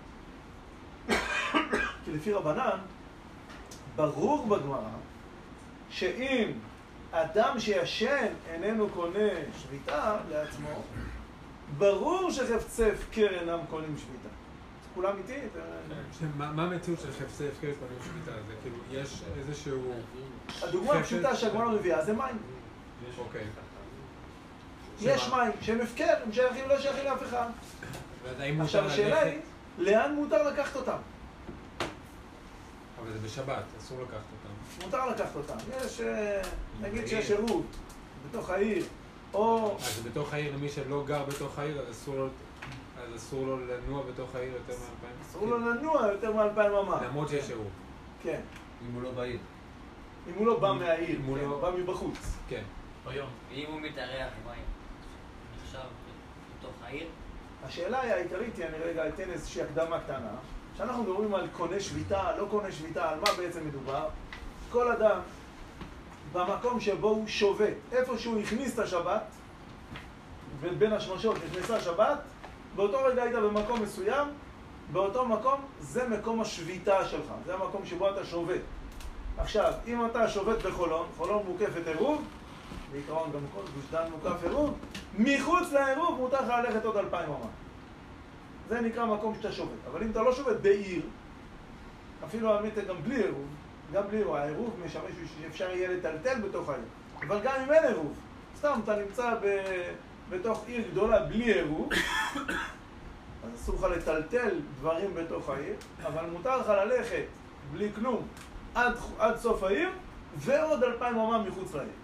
Speaker 14: כי לפי רבנן, ברור בגמרא שאם אדם שישן איננו קונה שביתה לעצמו, ברור שחפצי הפקר אינם קונים שביתה. כולם איתי?
Speaker 15: מה המציאות של חפצי הפקר קונים שביתה? זה כאילו, יש איזשהו...
Speaker 14: הדוגמה הפשוטה שהגמרא מביאה זה מים.
Speaker 15: אוקיי.
Speaker 14: יש מים שהם הפקר, הם שייכים לא שייכים לאף אחד. עכשיו השאלה היא, לאן מותר לקחת אותם?
Speaker 15: אבל זה בשבת, אסור לקחת אותם.
Speaker 14: מותר לקחת אותם. יש, נגיד שיש שירות בתוך העיר, או...
Speaker 15: אז בתוך העיר, למי שלא גר בתוך העיר, אז אסור לו לנוע בתוך העיר יותר מ-2,000?
Speaker 14: אסור לו לנוע יותר מ-2,000 אמה.
Speaker 15: למרות שיש שירות.
Speaker 14: כן.
Speaker 3: אם הוא לא בעיר.
Speaker 14: אם הוא לא בא מהעיר, בא מבחוץ.
Speaker 15: כן.
Speaker 12: ואם הוא מתארח מים, נחשב בתוך העיר?
Speaker 14: השאלה העיקרית היא, אני רגע אתן איזושהי הקדמה קטנה, שאנחנו מדברים על קונה שביתה, לא קונה שביתה, על מה בעצם מדובר? כל אדם במקום שבו הוא שובת. איפה שהוא הכניס את השבת, ובין השמשות נכנסה השבת, באותו רגע היית במקום מסוים, באותו מקום זה מקום השביתה שלך, זה המקום שבו אתה שובת. עכשיו, אם אתה שובת בחולון, חולון מוקפת עירוב, בעיקרון גם כל גוש דן מוקף עירוב, מחוץ לעירוב מותר לך ללכת עוד 2,000 אמה. זה נקרא מקום שאתה שובת. אבל אם אתה לא שובת בעיר, אפילו האמת גם בלי עירוב, גם בלי עירוב, העירוב משמש שאפשר יהיה לטלטל בתוך העיר. אבל גם אם אין עירוב, סתם אתה נמצא בתוך עיר גדולה בלי עירוב, אז אסור לך לטלטל דברים בתוך העיר, אבל מותר לך ללכת בלי כלום עד סוף העיר, ועוד 2,000 אמה מחוץ לעיר.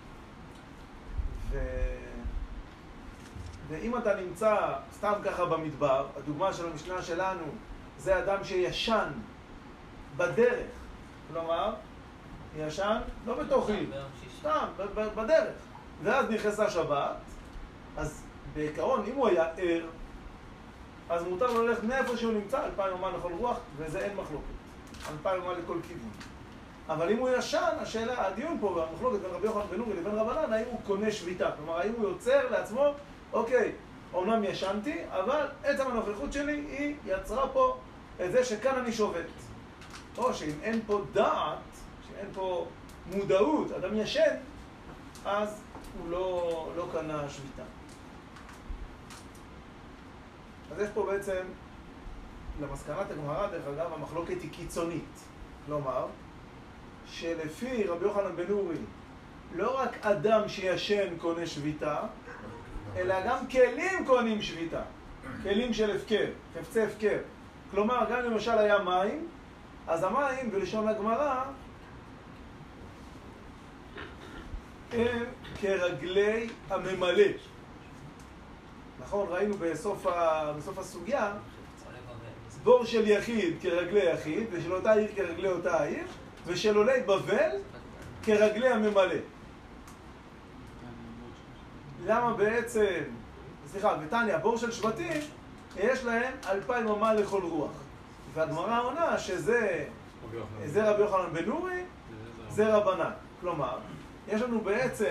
Speaker 14: ואם אתה נמצא סתם ככה במדבר, הדוגמה של המשנה שלנו זה אדם שישן בדרך, כלומר, ישן לא בתוך עיר, סתם בדרך, ואז נכנסה שבת, אז בעיקרון אם הוא היה ער, אז מותר לו ללכת מאיפה שהוא נמצא, 2,000 אמה לכל רוח, וזה אין מחלוקת, 2,000 אמה לכל כיוון. אבל אם הוא ישן, השאלה, הדיון פה במחלוקת בין רבי יוחנן בן נורי לבין רבנן, האם הוא קונה שביתה, כלומר האם הוא יוצר לעצמו, אוקיי, אומנם ישנתי, אבל עצם הנוכחות שלי היא יצרה פה את זה שכאן אני שובת. או שאם אין פה דעת, שאין פה מודעות, אדם ישן, אז הוא לא קנה שביתה. אז יש פה בעצם, למסקנת הגמרא, דרך אגב, המחלוקת היא קיצונית. כלומר, שלפי רבי יוחנן בן נורי, לא רק אדם שישן קונה שביתה, אלא גם כלים קונים שביתה. כלים של הפקר, חפצי הפקר. כלומר, גם למשל היה מים, אז המים, בלשון הגמרא, הם כרגלי הממלא. נכון, ראינו בסוף הסוגיה, בור של יחיד כרגלי יחיד, ושל אותה עיר כרגלי אותה עיר, ושל עולי בבל כרגלי הממלא. למה בעצם, ותניא, בור של שבטים, יש להם 2,000 אמה לכל רוח. והגמרא עונה שזה רבי יוחנן בן נורי, זה רבנן. כלומר, יש לנו בעצם...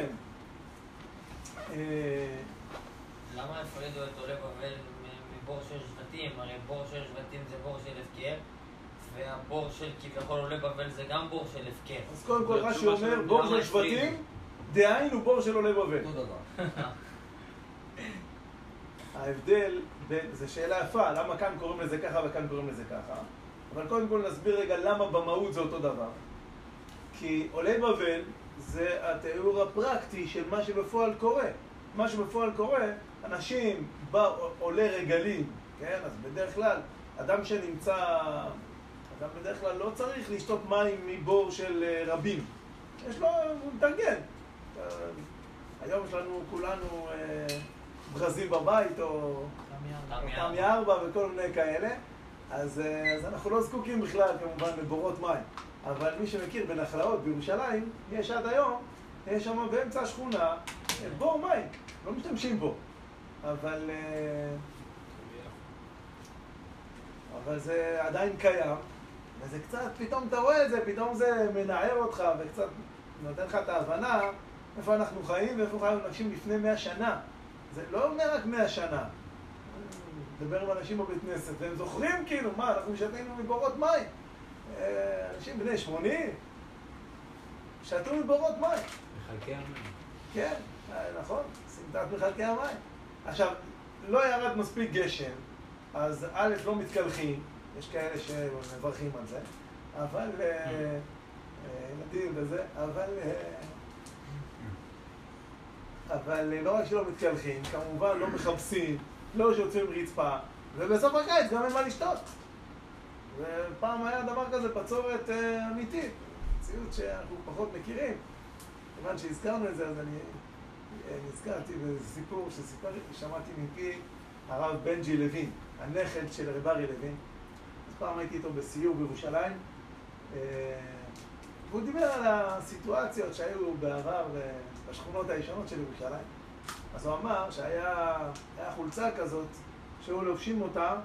Speaker 12: למה הפרידו את עולי בבל מבור של שבטים? הרי בור של שבטים זה בור של הפקר, והבור של כביכול עולי בבל זה גם בור של הפקר.
Speaker 14: אז קודם כל רש"י אומר, בור של שבטים, דהיינו בור של עולי בבל.
Speaker 12: אותו דבר.
Speaker 14: ההבדל, זו שאלה יפה, למה כאן קוראים לזה ככה וכאן קוראים לזה ככה. אבל קודם כל נסביר רגע למה במהות זה אותו דבר. כי עולי בבל זה התיאור הפרקטי של מה שבפועל קורה. מה שבפועל קורה, אנשים עולי רגלים, כן? אז בדרך כלל, אדם שנמצא, אדם בדרך כלל לא צריך לשתות מים מבור של רבים. יש לו, הוא מתארגן. היום יש לנו כולנו ברזים בבית או תמי 4 וכל מיני כאלה, אז אנחנו לא זקוקים בכלל כמובן לבורות מים. אבל מי שמכיר בנחלאות בירושלים, יש עד היום, יש שם באמצע השכונה בור מים, לא משתמשים בו. אבל זה עדיין קיים, וזה קצת, פתאום אתה רואה את זה, פתאום זה מנער אותך וקצת נותן לך את ההבנה איפה אנחנו חיים ואיפה חיים אנשים לפני 100 שנה. זה לא אומר רק 100 שנה. מדבר עם אנשים בבית כנסת, והם זוכרים כאילו, מה, אנחנו שתינו מבורות מים. אנשים בני 80 שתו מבורות מים.
Speaker 15: מחלקי המים. כן,
Speaker 14: נכון, סמטת מחלקי המים. עכשיו, לא ירד מספיק גשם, אז א' לא מתקלחים, יש כאלה שמברכים על זה, אבל ילדים וזה, אבל לא רק שלא מתקלחים, כמובן לא מחפשים, לא שוטפים רצפה, ובסוף הקיץ גם אין מה לשתות. ופעם היה דבר כזה בצורת אמיתית, מציאות שאנחנו פחות מכירים. כיוון שהזכרנו את זה, אז אני נזכרתי באיזה סיפור ששמעתי מפי הרב בנג'י לוין, הנכד של רב אריה לוין. אז פעם הייתי איתו בסיור בירושלים, והוא דיבר על הסיטואציות שהיו בעבר בשכונות הישנות של ירושלים. אז הוא אמר שהיה חולצה כזאת שהיו לובשים אותה,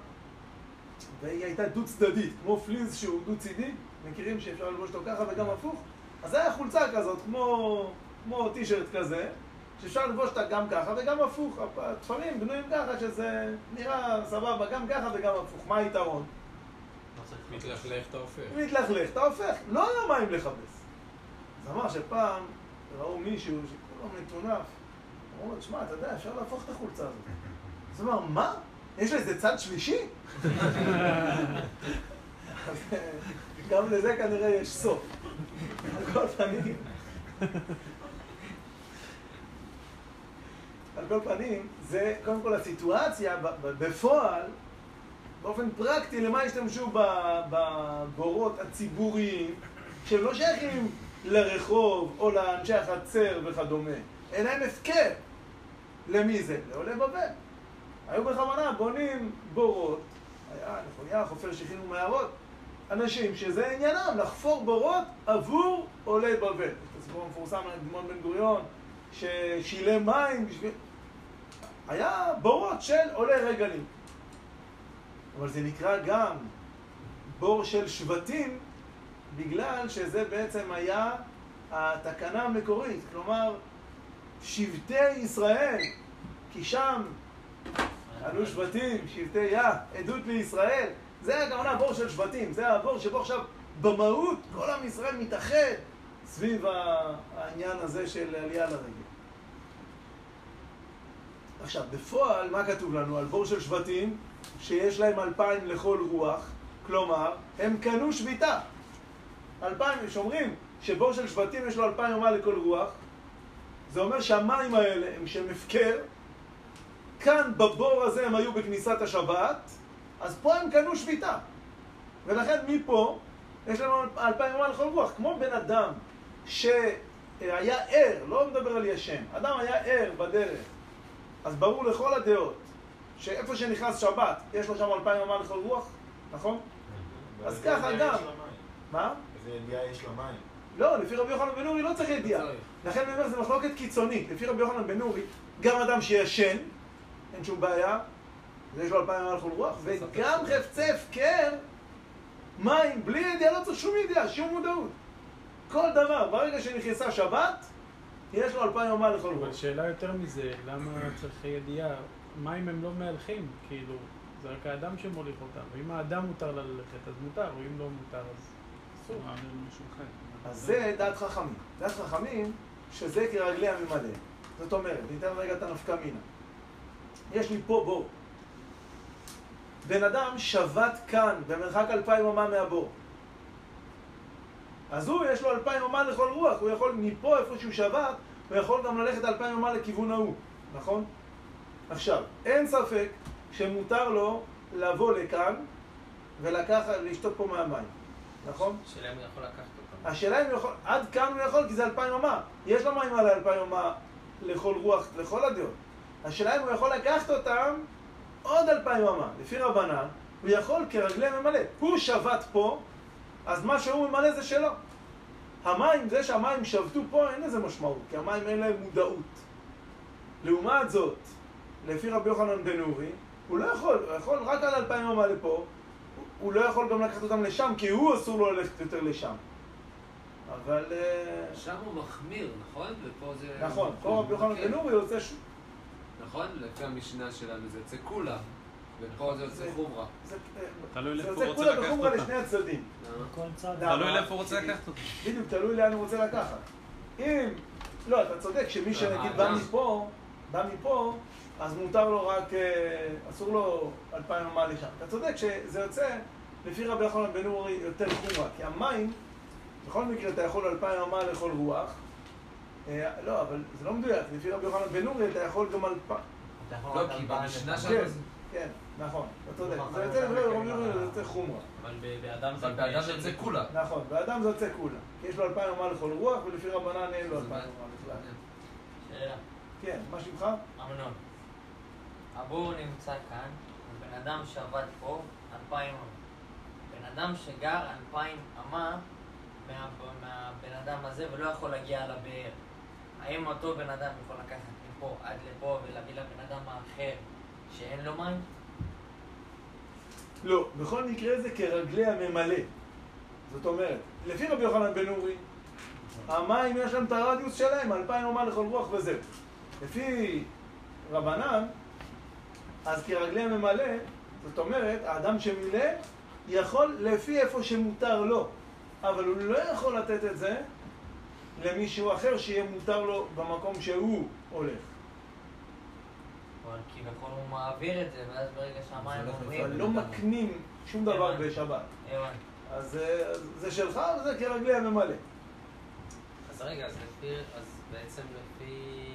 Speaker 14: והיא הייתה דו צדדית, כמו פליז שהוא דו צידי, מכירים שאפשר ללבוש אותו ככה וגם הפוך, אז זה היה חולצה כזאת, כמו טישרט כזה, שאפשר לבוש אותה גם ככה וגם הפוך. התפרים בנויים ככה שזה נראה סבבה גם ככה וגם הפוך. מה היתרון?
Speaker 15: מתלכלך אתה הופך.
Speaker 14: מתלכלך אתה הופך. לא היה מים לחפש. אז אמר שפעם ראו מישהו שכולו מטונף. אמרו לו, תשמע, אתה יודע, אפשר להפוך את החולצה הזאת. אז הוא אמר, מה? יש לה איזה צד שלישי? גם לזה כנראה יש סוף. על כל פנים. על כל פנים, זה קודם כל הסיטואציה בפועל, באופן פרקטי, למה השתמשו בבורות הציבוריים, שהם לא שייכים לרחוב או לאנשי החצר וכדומה, אלא הם הפקר. למי זה? לעולי בבל. היו בכוונה בונים בורות, היה נכוניה, חופר שכינו מערות, אנשים שזה עניינם, לחפור בורות עבור עולי בבל. יש את הסיפור המפורסם על דמון בן גוריון, ששילם מים בשביל... היה בורות של עולי רגלים. אבל זה נקרא גם בור של שבטים, בגלל שזה בעצם היה התקנה המקורית. כלומר, שבטי ישראל, כי שם עלו שבטים, שבטי עדות לישראל. זה הכוונה בור של שבטים, זה הבור שבו עכשיו במהות כל עם ישראל מתאחד סביב העניין הזה של עלייה לרגל. עכשיו, בפועל, מה כתוב לנו? על בור של שבטים שיש להם 2,000 לכל רוח, כלומר, הם קנו שביתה. 2,000, שאומרים שבור של שבטים יש לו 2,000 אמה לכל רוח, זה אומר שהמים האלה הם שמפקר, כאן בבור הזה הם היו בכניסת השבת, אז פה הם קנו שביתה. ולכן מפה יש לנו 2,000 אמה לכל רוח, כמו בן אדם שהיה ער, לא מדבר על ישן, אדם היה ער בדרך, אז ברור לכל הדעות שאיפה שנכנס שבת יש לו שם 2,000 אמה לכל רוח, נכון? אז ככה גם. מה?
Speaker 4: איזה ידיעה יש למים?
Speaker 14: לא, לפי רבי יוחנן בן נורי לא צריך ידיעה. לכן אני אומר, זה מחלוקת קיצונית. לפי רבי יוחנן בן נורי, גם אדם שישן, אין שום בעיה, יש לו 2,000 אמה לכל רוח, וגם חפצי הפקר, מים, בלי ידיעה, לא צריך שום ידיעה, שום מודעות. כל דבר, ברגע שנכנסה שבת, יש לו 2,000 אמה לכל רוח.
Speaker 8: אבל שאלה יותר מזה, למה צריך ידיעה? מים הם לא מהלכים, כאילו, זה רק האדם שמוליך אותם. ואם האדם מותר ללכת, אז מותר, ואם לא מותר, אז אסור.
Speaker 14: אז זה דעת חכמים. דעת חכמים, שזה כרגלי הממלא. זאת אומרת, ניתן רגע את הנפקא מינה. יש לי פה בור. בן אדם שבת כאן, במרחק 2,000 אמה מהבור. אז הוא, יש לו 2,000 אמה לכל רוח. הוא יכול מפה, איפה שהוא שבת, הוא יכול גם ללכת 2,000 אמה לכיוון ההוא. נכון? עכשיו, אין ספק שמותר לו לבוא לכאן ולקחת, לשתות פה מהמים. נכון?
Speaker 11: השאלה אם הוא יכול לקחת אותם.
Speaker 14: השאלה אם הוא יכול, עד כאן הוא יכול, כי זה 2,000 אמה. יש לו מים על 2,000 אמה לכל רוח, לכל הדעות. השאלה אם הוא יכול לקחת אותם עוד 2,000 אמה. לפי רבנן, הוא יכול כרגלי ממלא. הוא שבת פה, אז מה שהוא ממלא זה שלו. המים, זה שהמים שבתו פה, אין לזה משמעות, כי המים אין להם מודעות. לעומת זאת, לפי רבי יוחנן בן נורי, הוא לא יכול, הוא יכול רק על 2,000 אמה לפה, הוא לא יכול גם לקחת אותם לשם, כי הוא אסור לו ללכת יותר לשם. אבל...
Speaker 3: שם הוא מחמיר, נכון? ופה זה...
Speaker 14: נכון, פה רבי יוחנן בן נורי יוצא...
Speaker 3: נכון? לפי המשנה שלנו זה יוצא כולה, ופה זה יוצא חומרה.
Speaker 8: תלוי
Speaker 14: זה
Speaker 8: לאיפה הוא
Speaker 14: יוצא
Speaker 8: רוצה
Speaker 14: כולה
Speaker 8: לקחת
Speaker 14: וחומרה
Speaker 8: אותה.
Speaker 14: לשני הצדדים.
Speaker 8: תלוי לאיפה הוא רוצה לקחת אותה.
Speaker 14: בדיוק, תלוי לאן הוא רוצה לקחת. אם... לא, אתה צודק שמי שנגיד בא מפה, אז מותר לו רק... אסור לו 2,000 אמה לשם. אתה צודק שזה יוצא, לפי רבי יוחנן בן נורי, יותר חומרה. כי המים, בכל מקרה אתה יכול 2,000 אמה לכל רוח. לא, אבל זה לא מדויק. לפי רבי יוחנן בן נורי אתה יכול גם 2,000.
Speaker 3: לא, כי במשנה שלנו...
Speaker 14: כן, נכון, אתה צודק. זה יוצא לפי רבי יוחנן, זה יוצא חומרה.
Speaker 6: אבל באדם
Speaker 3: זה יוצא כולה.
Speaker 14: נכון, באדם זה יוצא כולה. כי יש לו 2,000 אמה לכל רוח, ולפי רבנן אין לו 2,000 אמה בכלל.
Speaker 11: שאלה.
Speaker 14: כן, מה שמך?
Speaker 11: אמנון. הבור נמצא כאן, ובן אדם שבת פה 2,000 אמה. בן אדם שגר 2,000 אמה מהבן אדם הזה ולא יכול להגיע לבאר. האם אותו בן אדם יכול לקחת מפה עד לפה ולהביא לבן אדם האחר שאין לו מים?
Speaker 14: לא, בכל מקרה זה כרגלי הממלא. זאת אומרת, לפי רבי יוחנן בן נורי, המים יש להם את הרדיוס שלהם, 2,000 אמה לכל רוח וזהו. לפי רבנן, אז כרגלי ממלא, זאת אומרת, האדם שמילא יכול לפי איפה שמותר לו, אבל הוא לא יכול לתת את זה למישהו אחר שיהיה מותר לו במקום שהוא הולך.
Speaker 12: אבל כביכול הוא מעביר את זה, ואז ברגע שהמים עוברים...
Speaker 14: אבל לא מקנים שום דבר בשבת. אז זה שלך וזה כרגלי הממלא.
Speaker 11: אז רגע, אז בעצם לפי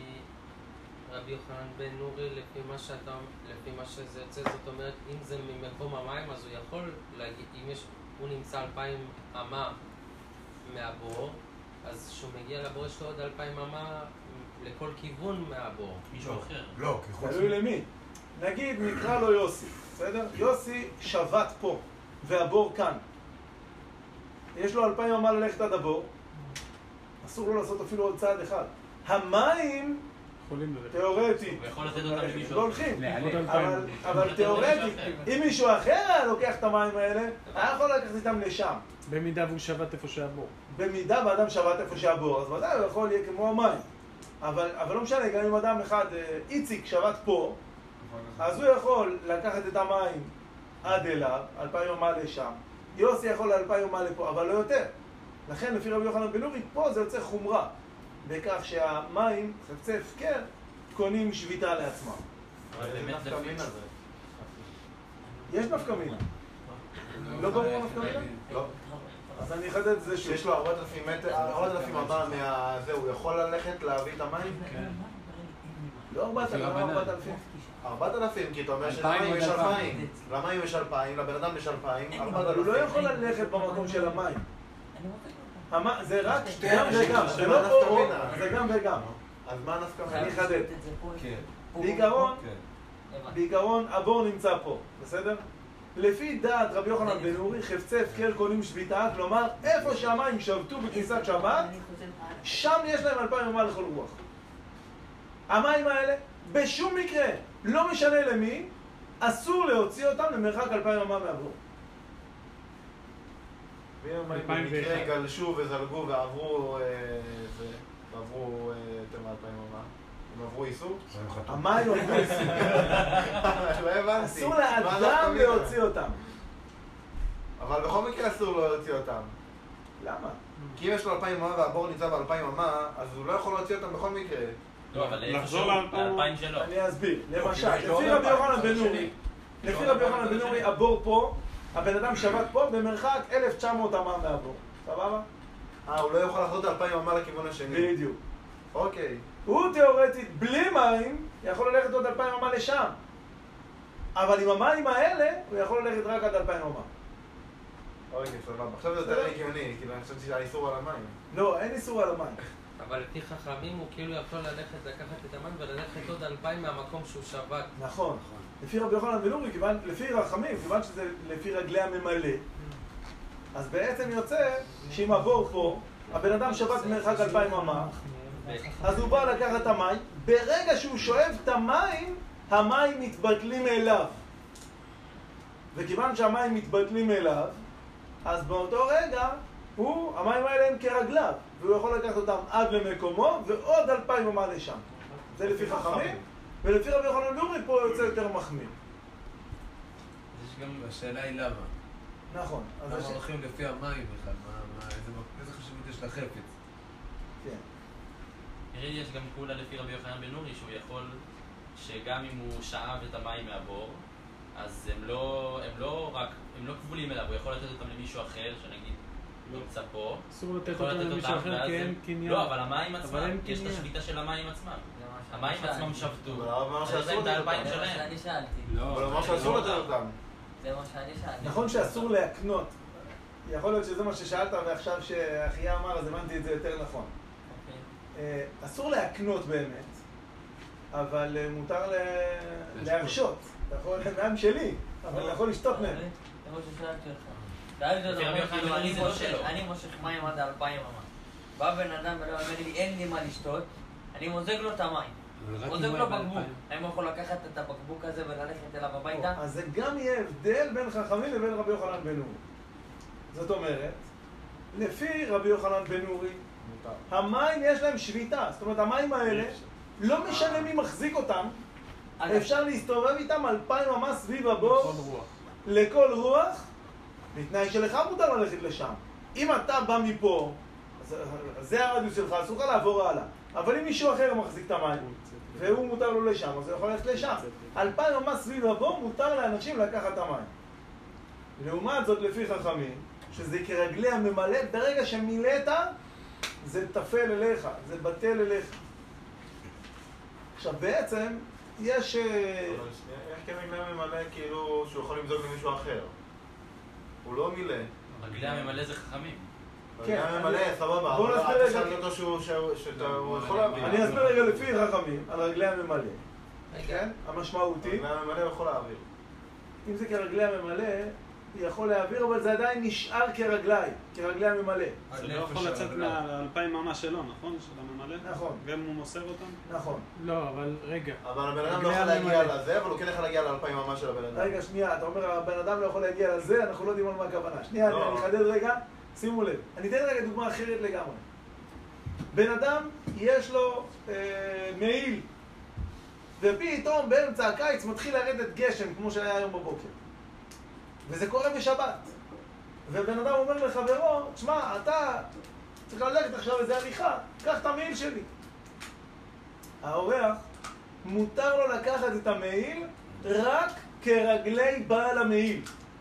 Speaker 11: רבי יוחנן בן נורי, לפי מה שזה יוצא, זאת אומרת, אם זה ממקום המים, אז הוא יכול להגיד, אם הוא נמצא 2,000 אמה מהבור, אז כשהוא מגיע לבור יש לו עוד 2,000 אמה לכל כיוון מהבור.
Speaker 6: מישהו אחר.
Speaker 7: לא, כחוץ.
Speaker 14: תלוי למי. נגיד נקרא לו יוסי, בסדר? יוסי שבת פה, והבור כאן. יש לו 2,000 אמה ללכת עד הבור, אסור לו לעשות אפילו עוד צעד אחד. המים, תיאורטית, לא הולכים, אבל תיאורטית, אם מישהו אחר היה לוקח את המים האלה, היה יכול לקחת איתם לשם.
Speaker 8: במידה והוא שבת איפה שהבור.
Speaker 14: במידה ואדם שבת איפה שהבור, אז ודאי הוא יכול להיות כמו המים. אבל לא משנה, גם אם אדם אחד, איציק שבת פה, אז הוא יכול לקחת את המים עד אליו, 2,000 אמה לשם. יוסי יכול 2,000 אמה לפה, אבל לא יותר. לכן, לפי רבי יוחנן בן נורי, פה זה יוצא חומרה. בכך שהמים, חפצי הפקר, קונים שביתה לעצמם.
Speaker 6: אבל באמת לפי מה זה?
Speaker 14: יש נפקא מינה. לא ברור נפקא מינה?
Speaker 4: לא.
Speaker 14: אז אני אחדד את זה שוב.
Speaker 4: יש לו 4,000 מטר, 4,000 אמה מהזה, הוא יכול ללכת להביא את המים?
Speaker 14: כן. לא 4,000, לא 4,000.
Speaker 4: 4,000, כי אתה אומר שלמים יש 2,000. למים יש 2,000, לבן אדם יש 2,000, 4,000.
Speaker 14: אבל הוא לא יכול ללכת במקום של המים. זה רק גם וגם, זה לא או, זה גם וגם.
Speaker 4: אז מה נפקא מינה?
Speaker 14: אני אחדד. בעיקרון, הבור נמצא פה, בסדר? לפי דעת רבי יוחנן בן נורי, חפצי הפקר קונים שביתה, כלומר, איפה שהמים שבתו בכניסת שבת, שם יש להם 2,000 אמה לכל רוח. המים האלה, בשום מקרה, לא משנה למי, אסור להוציא אותם למרחק 2,000 אמה מהבור.
Speaker 4: ואם המים במקרה גלשו וזלגו ועברו יותר מ-2,000 אמה, הם עברו איסור?
Speaker 14: המים עברו איסור.
Speaker 4: לא הבנתי.
Speaker 14: אסור לאדם להוציא אותם.
Speaker 4: אבל בכל מקרה אסור להוציא אותם.
Speaker 14: למה?
Speaker 4: כי אם יש לו 2,000 אמה והבור נמצא ב2,000 אמה, אז הוא לא יכול להוציא אותם בכל מקרה.
Speaker 6: לא, אבל לחזור ל2,000 שלו.
Speaker 14: אני אסביר. למשל, לפי רבי יוחנן בן נורי, הבור פה, הבן אדם שבת פה במרחק 1,900 אמה מהבור. סבבה?
Speaker 4: הוא לא יכול לחזור את 2,000 אמה לכיוון השני.
Speaker 14: בדיוק.
Speaker 4: אוקיי.
Speaker 14: הוא תיאורטית, בלי מים, יכול ללכת עוד 2,000 אמה לשם. אבל עם המים האלה, הוא יכול ללכת רק עד 2,000 אמה.
Speaker 4: אוקיי, סבבה. עכשיו זה יותר הגיוני, כאילו אני חושבת שהאיסור על המים.
Speaker 14: לא, אין איסור על המים.
Speaker 11: אבל לפי חכמים הוא כאילו יכול לקחת את המים וללכת עוד 2,000 מהמקום שהוא שבת.
Speaker 14: נכון. לפי רבי יוחנן בן נורי, לפי רחמים, כיוון שזה לפי רגלי הממלא, אז בעצם יוצא שאם הבור פה, הבן אדם שבת במרחק 2,000 אמה, אז הוא בא לקחת את המים, ברגע שהוא שואב את המים, המים מתבטלים אליו. וכיוון שהמים מתבטלים אליו, אז באותו רגע, המים האלה הם כרגליו, והוא יכול לקחת אותם עד למקומו, ועוד 2,000 אמה לשם. זה לפי חכמים, ולפי רבי יוחנן בן נורי פה יוצא יותר מחמיר.
Speaker 15: יש גם, השאלה היא למה.
Speaker 14: נכון.
Speaker 15: למה הולכים לפי המים בכלל? איזה חשיבות יש לחפץ?
Speaker 14: כן.
Speaker 6: תראי, יש גם כולה לפי רבי יוחנן בן נורי שהוא יכול, שגם אם הוא שאב את המים מהבור, אז הם לא כבולים אליו, הוא יכול לתת אותם למישהו אחר, שנגיד נמצא פה.
Speaker 8: אסור לתת אותם למישהו אחר כי אין קניין.
Speaker 6: לא, אבל המים עצמם, יש את השביתה של המים עצמם. המים עצמם שבתו.
Speaker 4: זה
Speaker 12: מה שאני שאלתי.
Speaker 4: אבל אמר שאסור לתת אותם.
Speaker 12: זה מה שאני שאלתי.
Speaker 14: נכון שאסור להקנות. יכול להיות שזה מה ששאלת ועכשיו שאחיה אמר, אז הבנתי את זה יותר נכון. אסור להקנות באמת, אבל מותר להרשות. אתה יכול, מים שלי, אבל אתה יכול לשתות מהם.
Speaker 12: זה מה ששאלתי אותך. אני מושך מים עד 2,000 אמה. בא בן אדם ולא אומר לי, אין לי מה לשתות, אני מוזג לו את המים. מוזג לו בקבוק. האם הוא יכול לקחת את הבקבוק הזה וללכת אליו הביתה?
Speaker 14: אז זה גם יהיה הבדל בין חכמים לבין רבי יוחנן בן נורי. זאת אומרת, לפי רבי יוחנן בן נורי, המים יש להם שביתה, זאת אומרת המים האלה, לא משנה מי מחזיק אותם, אפשר להסתובב איתם 2,000 אמה סביב הבור, לכל רוח, בתנאי שלך מותר ללכת לשם. אם אתה בא מפה, זה הרדיוס שלך, אסור לך לעבור הלאה. אבל אם מישהו אחר מחזיק את המים, והוא מותר לו לשם, אז הוא יכול ללכת לשם. 2,000 אמה סביב הבור מותר לאנשים לקחת את המים. לעומת זאת, לפי חכמים, שזה כרגלי הממלא, ברגע שמילאת, זה תפל אליך, זה בטל אליך. עכשיו בעצם, יש...
Speaker 4: איך כרגלי הממלא כאילו שהוא יכול למזוג למישהו אחר? הוא לא מילא.
Speaker 6: רגלי הממלא זה חכמים.
Speaker 4: רגלי הממלא, סבבה, אבל אתה שאלת אותו שהוא יכול להעביר.
Speaker 14: אני אסביר רגע לפי חכמים על רגלי הממלא. כן? המשמעותי.
Speaker 4: רגלי הממלא הוא יכול להעביר.
Speaker 14: אם זה כרגלי הממלא, הוא יכול להעביר, אבל זה עדיין נשאר כרגלי הממלא.
Speaker 8: זה לא יכול לצאת מה-2,000 אמה שלו, נכון? של הממלא?
Speaker 14: נכון.
Speaker 8: גם הוא מוסר אותם?
Speaker 14: נכון.
Speaker 8: לא, אבל רגע.
Speaker 4: אבל הבן אדם לא יכול להגיע לזה, אבל הוא כן יכול להגיע ל2,000 אמה של הבן אדם.
Speaker 14: רגע, שנייה, אתה אומר, הבן אדם לא יכול להגיע לזה, אנחנו לא יודעים על מה הכוונה. שנייה, אני אחדד רגע, שימו לב. אני אתן רגע דוגמה אחרת לגמרי. בן אדם, יש לו מעיל, ופתאום באמצע הקיץ מתחיל לרדת גשם, כמו שהיה היום בבוקר. וזה קורה בשבת. ובן אדם אומר לחברו, תשמע, אתה צריך ללכת עכשיו איזה הליכה, קח את המעיל שלי. האורח, מותר לו לקחת את המעיל רק כרגלי בעל המעיל.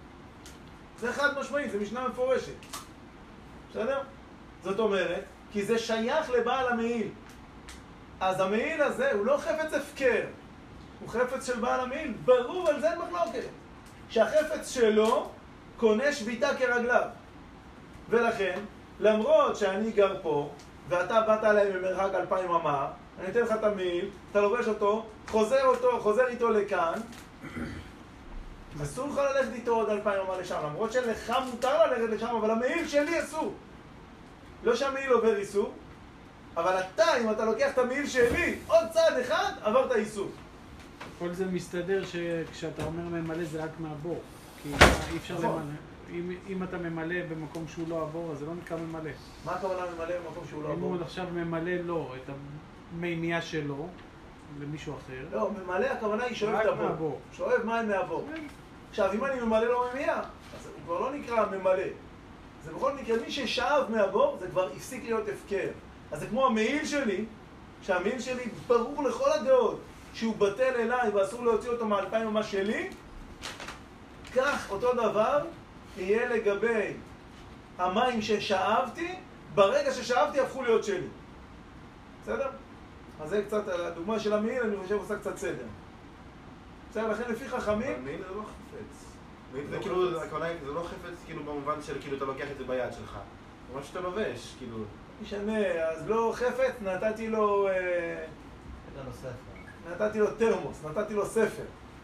Speaker 14: זה חד משמעית, זה משנה מפורשת. בסדר? זאת אומרת, כי זה שייך לבעל המעיל. אז המעיל הזה הוא לא חפץ הפקר, הוא חפץ של בעל המעיל, ברור, על זה אין מחלוקת. שהחפץ שלו קונה שביתה כרגליו. ולכן, למרות שאני גר פה, ואתה באת עליי ממרחק 2,000 אמה, אני אתן לך את המעיל, אתה לובש אותו, חוזר איתו לכאן, אסור לך ללכת איתו עוד 2,000 אמה לשם, למרות שלך מותר ללכת לשם, אבל המעיל שלי אסור. לא שהמעיל עובר איסור, אבל אתה, אם אתה לוקח את המעיל שלי, עוד צעד אחד, עברת איסור.
Speaker 8: כל זה מסתדר שכשאתה אומר ממלא זה רק מהבור. כי אי אפשר למלא. אם אתה ממלא במקום שהוא לא עבור, אז זה לא נקרא ממלא.
Speaker 14: מה הכוונה ממלא במקום שהוא לא עבור?
Speaker 8: אם הוא עכשיו ממלא לו את המימייה שלו למישהו אחר.
Speaker 14: לא, ממלא הכוונה היא שואב את הבור. שואב מים מהבור. עכשיו, אם אני ממלא לו מימייה, אז הוא כבר לא נקרא ממלא. זה בכל מקרה, מי ששאב מהבור, זה כבר הפסיק להיות הפקר. אז זה כמו המעיל שלי, שהמעיל שלי ברור לכל הדעות. שהוא בטל אליי ואסור להוציא אותו מ2,000 אמה שלי, כך אותו דבר יהיה לגבי המים ששאבתי, ברגע ששאבתי הפכו להיות שלי. בסדר? אז זה קצת, הדוגמה של המעיל אני חושב עושה קצת סדר. בסדר, לכן לפי חכמים...
Speaker 4: המעיל זה לא חפץ. מעיל זה כאילו, הכוונה היא, זה לא חפץ כאילו במובן של כאילו אתה לוקח את זה ביד שלך. זה מה שאתה לובש, כאילו...
Speaker 14: משנה, אז לא חפץ, נתתי לו... נתתי לו תרמוס, נתתי לו ספר.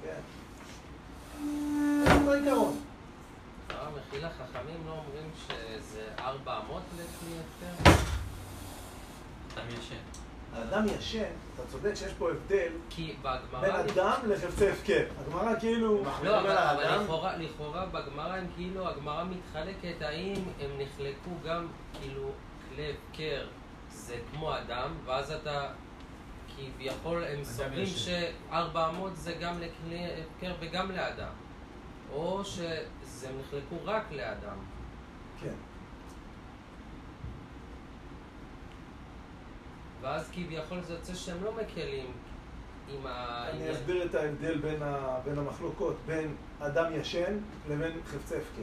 Speaker 14: זה אותו עיקרון.
Speaker 11: מחילה, חכמים לא אומרים שזה 4 אמות לכלי הפקר?
Speaker 6: אדם ישן.
Speaker 14: האדם ישן, אתה צודק שיש פה הבדל בין אדם לחפצי הפקר. הגמרא כאילו...
Speaker 11: לא, אבל לכאורה בגמרא הם כאילו, הגמרא מתחלקת האם הם נחלקו גם כאילו כלי הפקר זה כמו אדם, ואז אתה... כביכול הם סוברים ש4 אמות זה גם לכלי הפקר וגם לאדם. או שזה נחלקו רק לאדם.
Speaker 14: כן.
Speaker 11: ואז כביכול זה יוצא שהם לא מקלים עם
Speaker 14: אני אסביר את ההבדל בין המחלוקות, בין אדם ישן לבין חפצי הפקר.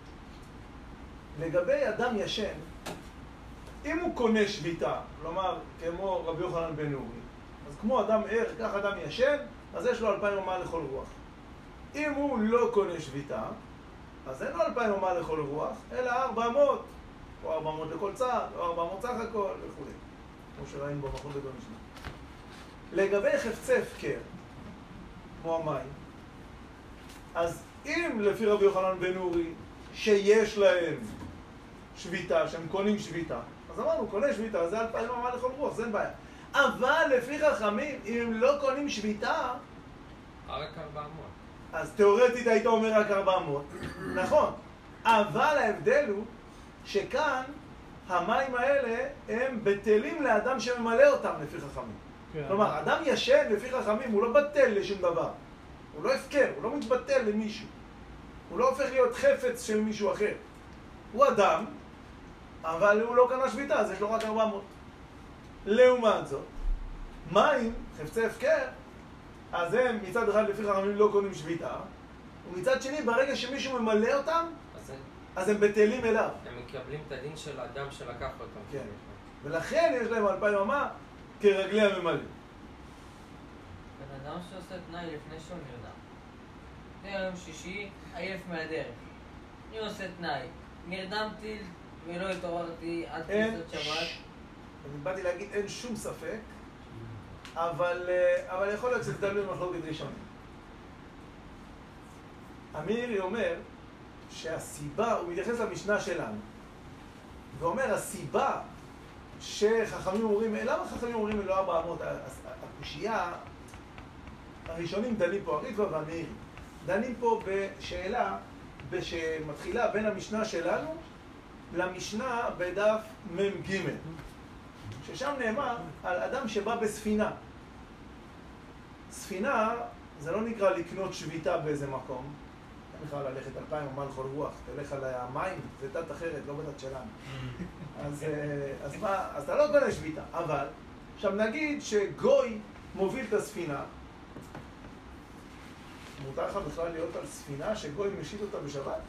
Speaker 14: לגבי אדם ישן, אם הוא קונה שביתה, כלומר, כמו רבי יוחנן בן נורי, אז כמו אדם ער, כך אדם ישן, אז יש לו 2,000 אמה לכל רוח. אם הוא לא קונה שביתה, אז אין לו 2,000 אמה לכל רוח, אלא 400, או 400 לכל צעד, או 400 סך הכל, וכו'. כמו שראינו במחלוקת במשנה. לגבי חפצי הפקר, כמו המים, אז אם לפי רבי יוחנן בן נורי, שיש להם שביתה, שהם קונים שביתה, אז אמרנו, קונה שביתה, זה 2,000 אמה לכל רוח, זה אין בעיה. אבל לפי חכמים, אם הם לא קונים שביתה...
Speaker 11: רק 400.
Speaker 14: אז תיאורטית היית אומר רק 400. נכון. אבל ההבדל הוא שכאן המים האלה הם בטלים לאדם שממלא אותם לפי חכמים.
Speaker 8: כן.
Speaker 14: כלומר, אדם ישן לפי חכמים, הוא לא בטל לשום דבר. הוא לא הפקר, הוא לא מתבטל למישהו. הוא לא הופך להיות חפץ של מישהו אחר. הוא אדם, אבל הוא לא קנה שביתה, אז יש לו רק 400. לעומת זאת, מים, חפצי הפקר, אז הם מצד אחד לפי חכמים לא קונים שביתה, ומצד שני, ברגע שמישהו ממלא אותם, אז הם בטלים אליו.
Speaker 11: הם מקבלים את הדין של האדם שלקח אותם.
Speaker 14: כן. ולכן יש להם 2,000 אמה כרגלי הממלא.
Speaker 12: בן אדם שעושה תנאי לפני שהוא נרדם. זה יום שישי, עייף מהדרך. אני עושה תנאי. נרדמתי ולא התעוררתי עד כניסת שבת.
Speaker 14: אני באתי להגיד אין שום ספק, אבל יכול להיות שזה תלוי במחלוקת ראשונים. אמירי אומר שהסיבה, הוא מתייחס למשנה שלנו, ואומר הסיבה שחכמים אומרים, למה חכמים אומרים לא 400? הקושייה, הראשונים דנים פה, הריטב"א והמאירי, דנים פה בשאלה שמתחילה בין המשנה שלנו למשנה בדף מ"ג, ששם נאמר על אדם שבא בספינה. ספינה זה לא נקרא לקנות שביתה באיזה מקום, אין לך ללכת 2,000 אמה לכל רוח, תלך על המים, זה דת אחרת, לא בדת שלנו. אז אתה לא קונה שביתה, אבל עכשיו נגיד שגוי מוביל את הספינה, מותר לך בכלל להיות על ספינה שגוי משית אותה בשבת?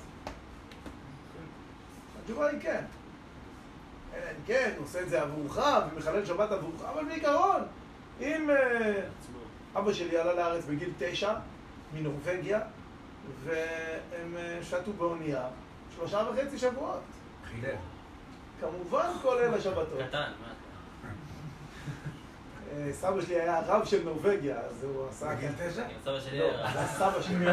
Speaker 14: התשובה היא כן. כן, הוא עושה את זה עבורך ומחלל שבת עבורך, אבל בעיקרון, אם אבא שלי עלה לארץ בגיל 9 מנורווגיה, והם שתו באונייה 3.5 שבועות.
Speaker 7: חילל.
Speaker 14: כמובן כולל השבתות.
Speaker 6: קטן, מה?
Speaker 14: סבא שלי היה רב של נורווגיה, אז הוא עשה...
Speaker 7: בגיל 9?
Speaker 6: סבא שלי
Speaker 14: לא,
Speaker 6: היה רב.
Speaker 14: זה סבא שלי.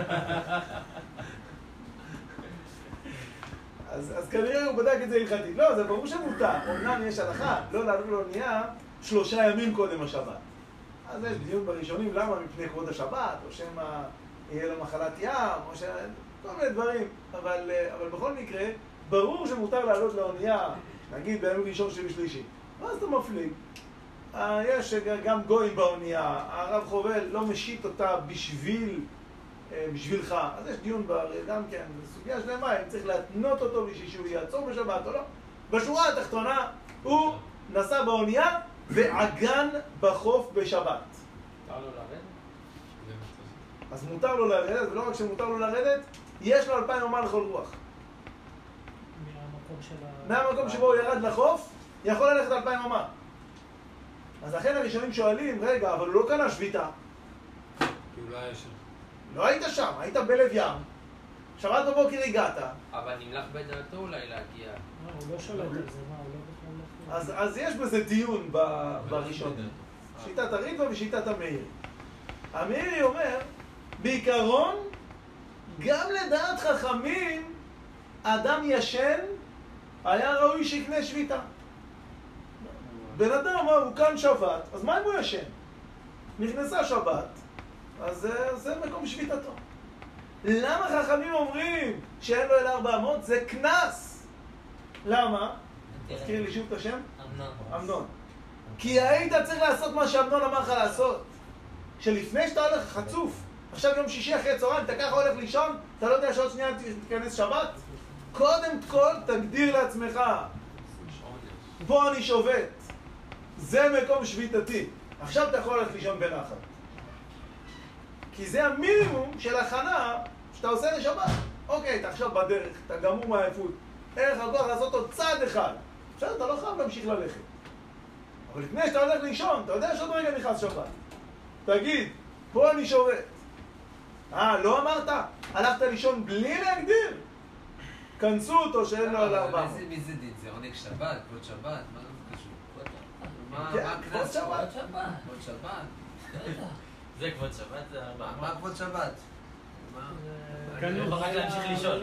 Speaker 14: אז כנראה הוא בדק את זה הלכתית. לא, זה ברור שמותר. אומנם יש הלכה, לא לעלות לאונייה 3 ימים קודם השבת. אז יש דיון בראשונים, למה? מפני כבוד השבת, או שמא יהיה לו מחלת ים, או כל מיני דברים. אבל בכל מקרה, ברור שמותר לעלות לאונייה, נגיד בימים ראשון שלי ושלישי. ואז אתה מפליג. יש גם גויים באונייה, הרב חובל לא משית אותה בשבילך. אז יש דיון גם כן, בסוגיה שלמה, אם צריך להתנות אותו בשביל שהוא יעצור בשבת או לא. בשורה התחתונה, הוא נסע באונייה ועגן בחוף בשבת.
Speaker 11: מותר לו לרדת?
Speaker 14: אז מותר לו לרדת, ולא רק שמותר לו לרדת, יש לו 2,000 אמה לכל רוח. מהמקום שבו הוא ירד לחוף, יכול ללכת 2,000 אמה. אז לכן הראשונים שואלים, רגע, אבל הוא לא קנה שביתה.
Speaker 15: כי הוא לא היה שם.
Speaker 14: לא היית שם, היית בלב ים. שבת בבוקר הגעת.
Speaker 11: אבל נמלך בדעתו אולי להגיע.
Speaker 13: הוא לא שולט על זה, מה, הוא לא בכלל...
Speaker 14: אז יש בזה דיון בראשון. שיטת הריטב"א ושיטת המאירי. המאירי אומר, בעיקרון, גם לדעת חכמים, אדם ישן היה ראוי שיקנה שביתה. בן אדם אמר, הוא כאן שבת, אז מה אם הוא ישן? נכנסה שבת, אז זה מקום שביתתו. למה חכמים אומרים שאין לו אלא 400? זה כנס. למה? תזכיר לי שוב את השם? אמנון. כי היית צריך לעשות מה שאמנון אמר לך לעשות. שלפני שאתה הולך חצוף, עכשיו יום שישי אחרי צהריים, אתה ככה הולך לישון, אתה לא יודע שעוד שנייה תיכנס שבת? קודם כל תגדיר לעצמך, פה אני שובת, זה מקום שביתתי. עכשיו אתה יכול ללכת לישון בנחת. כי זה המינימום של הכנה שאתה עושה לשבת. אוקיי, אתה עכשיו בדרך, אתה גמור מהעייפות, אין לך כוח לעשות עוד צעד אחד. עכשיו אתה לא חייב להמשיך ללכת. אבל לפני שאתה הולך לישון, אתה יודע שעוד רגע נכנס שבת. תגיד, פה אני שובת. לא אמרת? הלכת לישון בלי להגדיר? כנסו אותו שאין לו על 400.
Speaker 3: מי זה דין? זה עונג שבת? כבוד שבת? מה זה קשור? מה
Speaker 14: כבוד שבת?
Speaker 3: כבוד שבת?
Speaker 6: זה כבוד שבת? זה 400?
Speaker 3: מה כבוד שבת?
Speaker 6: אני יכול רק להמשיך לישון.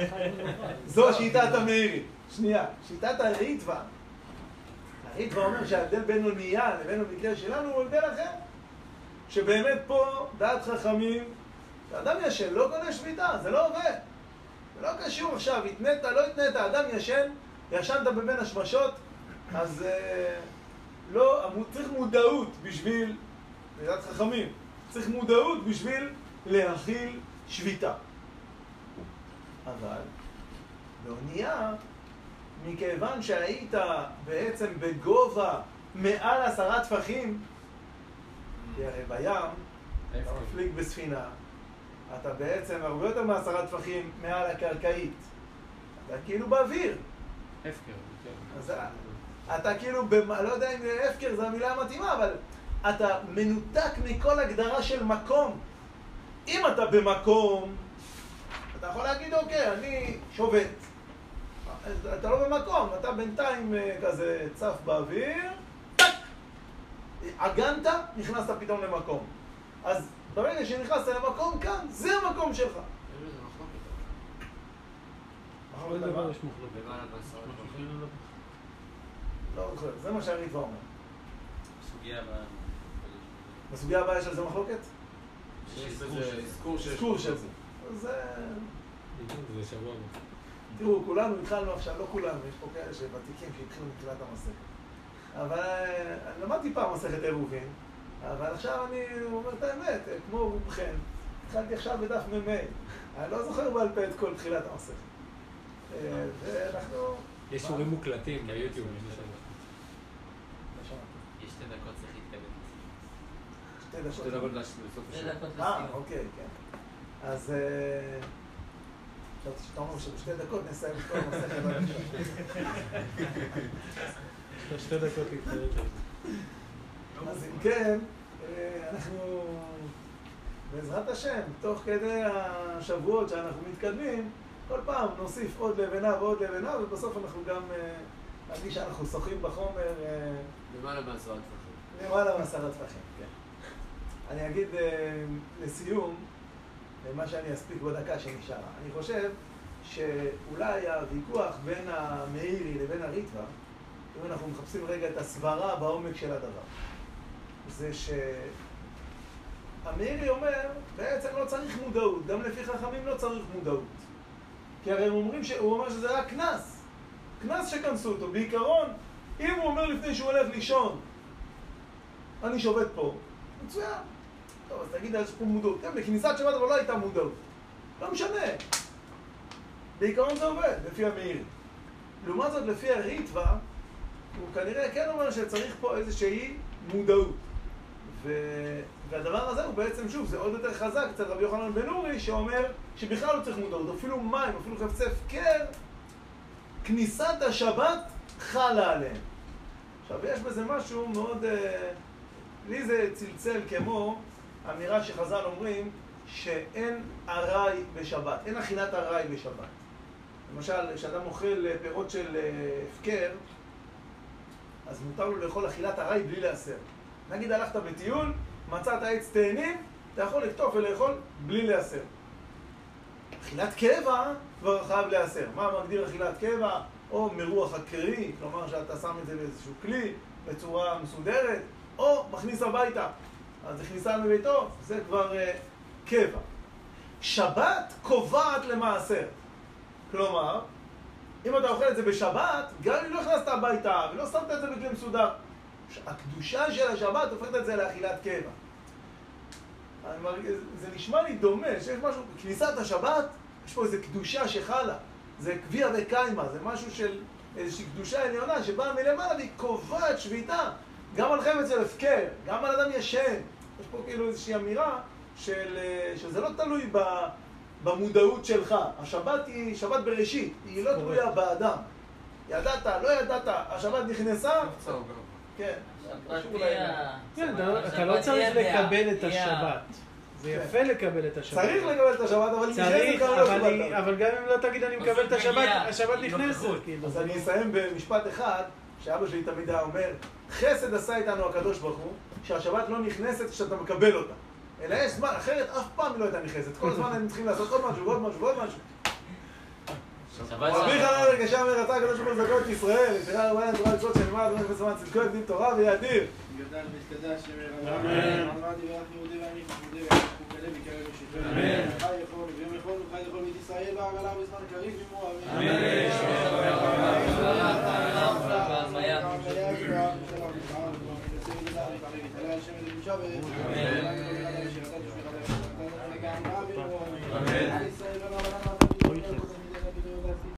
Speaker 14: זו שיטת המאירי. שנייה, שיטת הריטב"א. הריטב"א אומר שההבדל בין אונייה לבין המקרה שלנו הוא הבדל אחר. שבאמת פה דעת חכמים, האדם ישן, לא קונה שביתה, זה לא עובד. זה לא קשור עכשיו, התנית, לא התנית, האדם ישן, ישנת בבין השמשות, אז לא, צריך מודעות בשביל, לדעת חכמים, צריך מודעות בשביל להכיל שביתה. אבל באונייה, מכיוון שהיית בעצם בגובה מעל 10 טפחים, כי הרי בים, אתה מפליג בספינה, אתה בעצם הרבה יותר מ10 טפחים מעל הקרקעית. אתה כאילו באוויר.
Speaker 15: הפקר.
Speaker 14: אז אתה כאילו, לא יודע אם הפקר זו המילה המתאימה, אבל אתה מנותק מכל הגדרה של מקום. אם אתה במקום, אתה יכול להגיד, אוקיי, אני שובת. אתה לא במקום, אתה בינתיים כזה צף באוויר, עגנת, נכנסת פתאום למקום. אז ברגע שנכנסת למקום כאן, זה המקום שלך.
Speaker 8: כל דבר יש מחלוקת.
Speaker 14: לא, זה מה שהריטב"א אומר. בסוגיה הבאה יש על זה מחלוקת?
Speaker 15: יש בזה
Speaker 14: אזכור של זה. זה
Speaker 15: שבוע.
Speaker 14: תראו, כולנו התחלנו עכשיו, לא כולנו, יש פה כאלה שוותיקים שהתחילו מתחילת המסכת. אבל אני למדתי פעם מסכת עירובין, אבל עכשיו אני אומר את האמת, כמו רובכם, התחלתי עכשיו בדף מ"ה. אני לא זוכר בעל פה את כל תחילת המסכת. ואנחנו...
Speaker 15: יש שיעורים מוקלטים ביוטיוב.
Speaker 6: יש 2 דקות צריך להתקדם.
Speaker 14: 2 דקות
Speaker 6: בסוף השעה.
Speaker 14: אוקיי, כן. אז... חשבתי שאתה אומר שב2 דקות נסיים את כל המסכת.
Speaker 8: 2 דקות להתקדם.
Speaker 14: אז אם כן, אנחנו בעזרת השם, תוך כדי השבועות שאנחנו מתקדמים, כל פעם נוסיף עוד לבנה ועוד לבנה, ובסוף אנחנו גם נרגיש שאנחנו שוחים בחומר...
Speaker 6: למעלה מ10 טפחים.
Speaker 14: למעלה מ10 טפחים, כן. אני אגיד לסיום, מה שאני אספיק בדקה שנשארה. אני חושב שאולי הוויכוח בין המאירי לבין הריטב"א, אם אנחנו מחפשים רגע את הסברה בעומק של הדבר, זה שהמאירי אומר, בעצם לא צריך מודעות, גם לפי חכמים לא צריך מודעות. כי הרי הוא אומר שזה רק כנס, כנס שכנסו אותו. בעיקרון, אם הוא אומר לפני שהוא הולך לישון, אני שובת פה, מצוין. טוב, אז תגיד, יש פה מודעות. כן, בכניסת שבת אבל לא הייתה מודעות. לא משנה. בעיקרון זה עובד, לפי המאירי. לעומת זאת, לפי הריטב"א, הוא כנראה כן אומר שצריך פה איזושהי מודעות. והדבר הזה הוא בעצם, שוב, זה עוד יותר חזק אצל רבי יוחנן בן נורי, שאומר שבכלל לא צריך מודעות, אפילו מים, אפילו חפצי הפקר, כניסת השבת חלה עליהם. עכשיו, יש בזה משהו מאוד... לי זה צלצל כמו אמירה שחז"ל אומרים שאין ארעי בשבת, אין אכילת ארעי בשבת. למשל, כשאדם אוכל פירות של הפקר, אז מותר לו לאכול אכילת ארעי בלי להסר. נגיד הלכת בטיול, מצאת עץ תאנים, אתה יכול לקטוף ולאכול בלי להסר. אכילת קבע כבר חייב להסר. מה מגדיר אכילת קבע? או מרוח הקרי, כלומר שאתה שם את זה באיזשהו כלי בצורה מסודרת, או מכניס הביתה. אז זה כניסה מביתו, זה כבר קבע. שבת קובעת למעשר. כלומר, אם אתה אוכל את זה בשבת, גם אם לא הכנסת הביתה ולא שמת את זה בכלי מסודר, הקדושה של השבת הופכת את זה לאכילת קבע. זה נשמע לי דומה, שיש משהו, בכניסת השבת, יש פה איזו קדושה שחלה. זה קביע וקיימה, זה משהו של איזושהי קדושה עליונה שבאה מלמעלה והיא קובעת שביתה. גם על חפץ של הפקר, גם על אדם ישן. יש פה כאילו איזושהי אמירה שזה לא תלוי במודעות שלך. השבת היא שבת בראשית, היא לא תלויה באדם. ידעת, לא ידעת, השבת נכנסה. כן.
Speaker 8: אתה לא צריך לקבל את השבת. זה יפה לקבל את השבת.
Speaker 14: צריך לקבל את השבת, אבל
Speaker 8: צריך, אבל גם אם לא תגיד אני מקבל את השבת, השבת נכנסת.
Speaker 14: אז אני אסיים במשפט אחד, שאבא שלי תמיד היה אומר, חסד עשה איתנו הקדוש ברוך הוא, שהשבת לא נכנסת כשאתה מקבל אותה. אלא יש זמן, אחרת אף פעם היא לא הייתה נכנסת. כל הזמן הם צריכים לעשות עוד משהו ועוד משהו ועוד משהו. רבי חנן הרגשה מרצה הקדוש ברוך הוא זכות ישראל, ישרה רבנן תורה לצוות שנאמר אדוני וסמן צדקו יקדים תורה ויאדיר.
Speaker 16: גדל ותקדש שמרבה. אמר דברך יהודי ואני יהודי וכלה ויקרא בשפר. חי יכול ויום יכול וחי יכול בית ישראל בעגלה בזמן קריב עמו. אמן. שבת.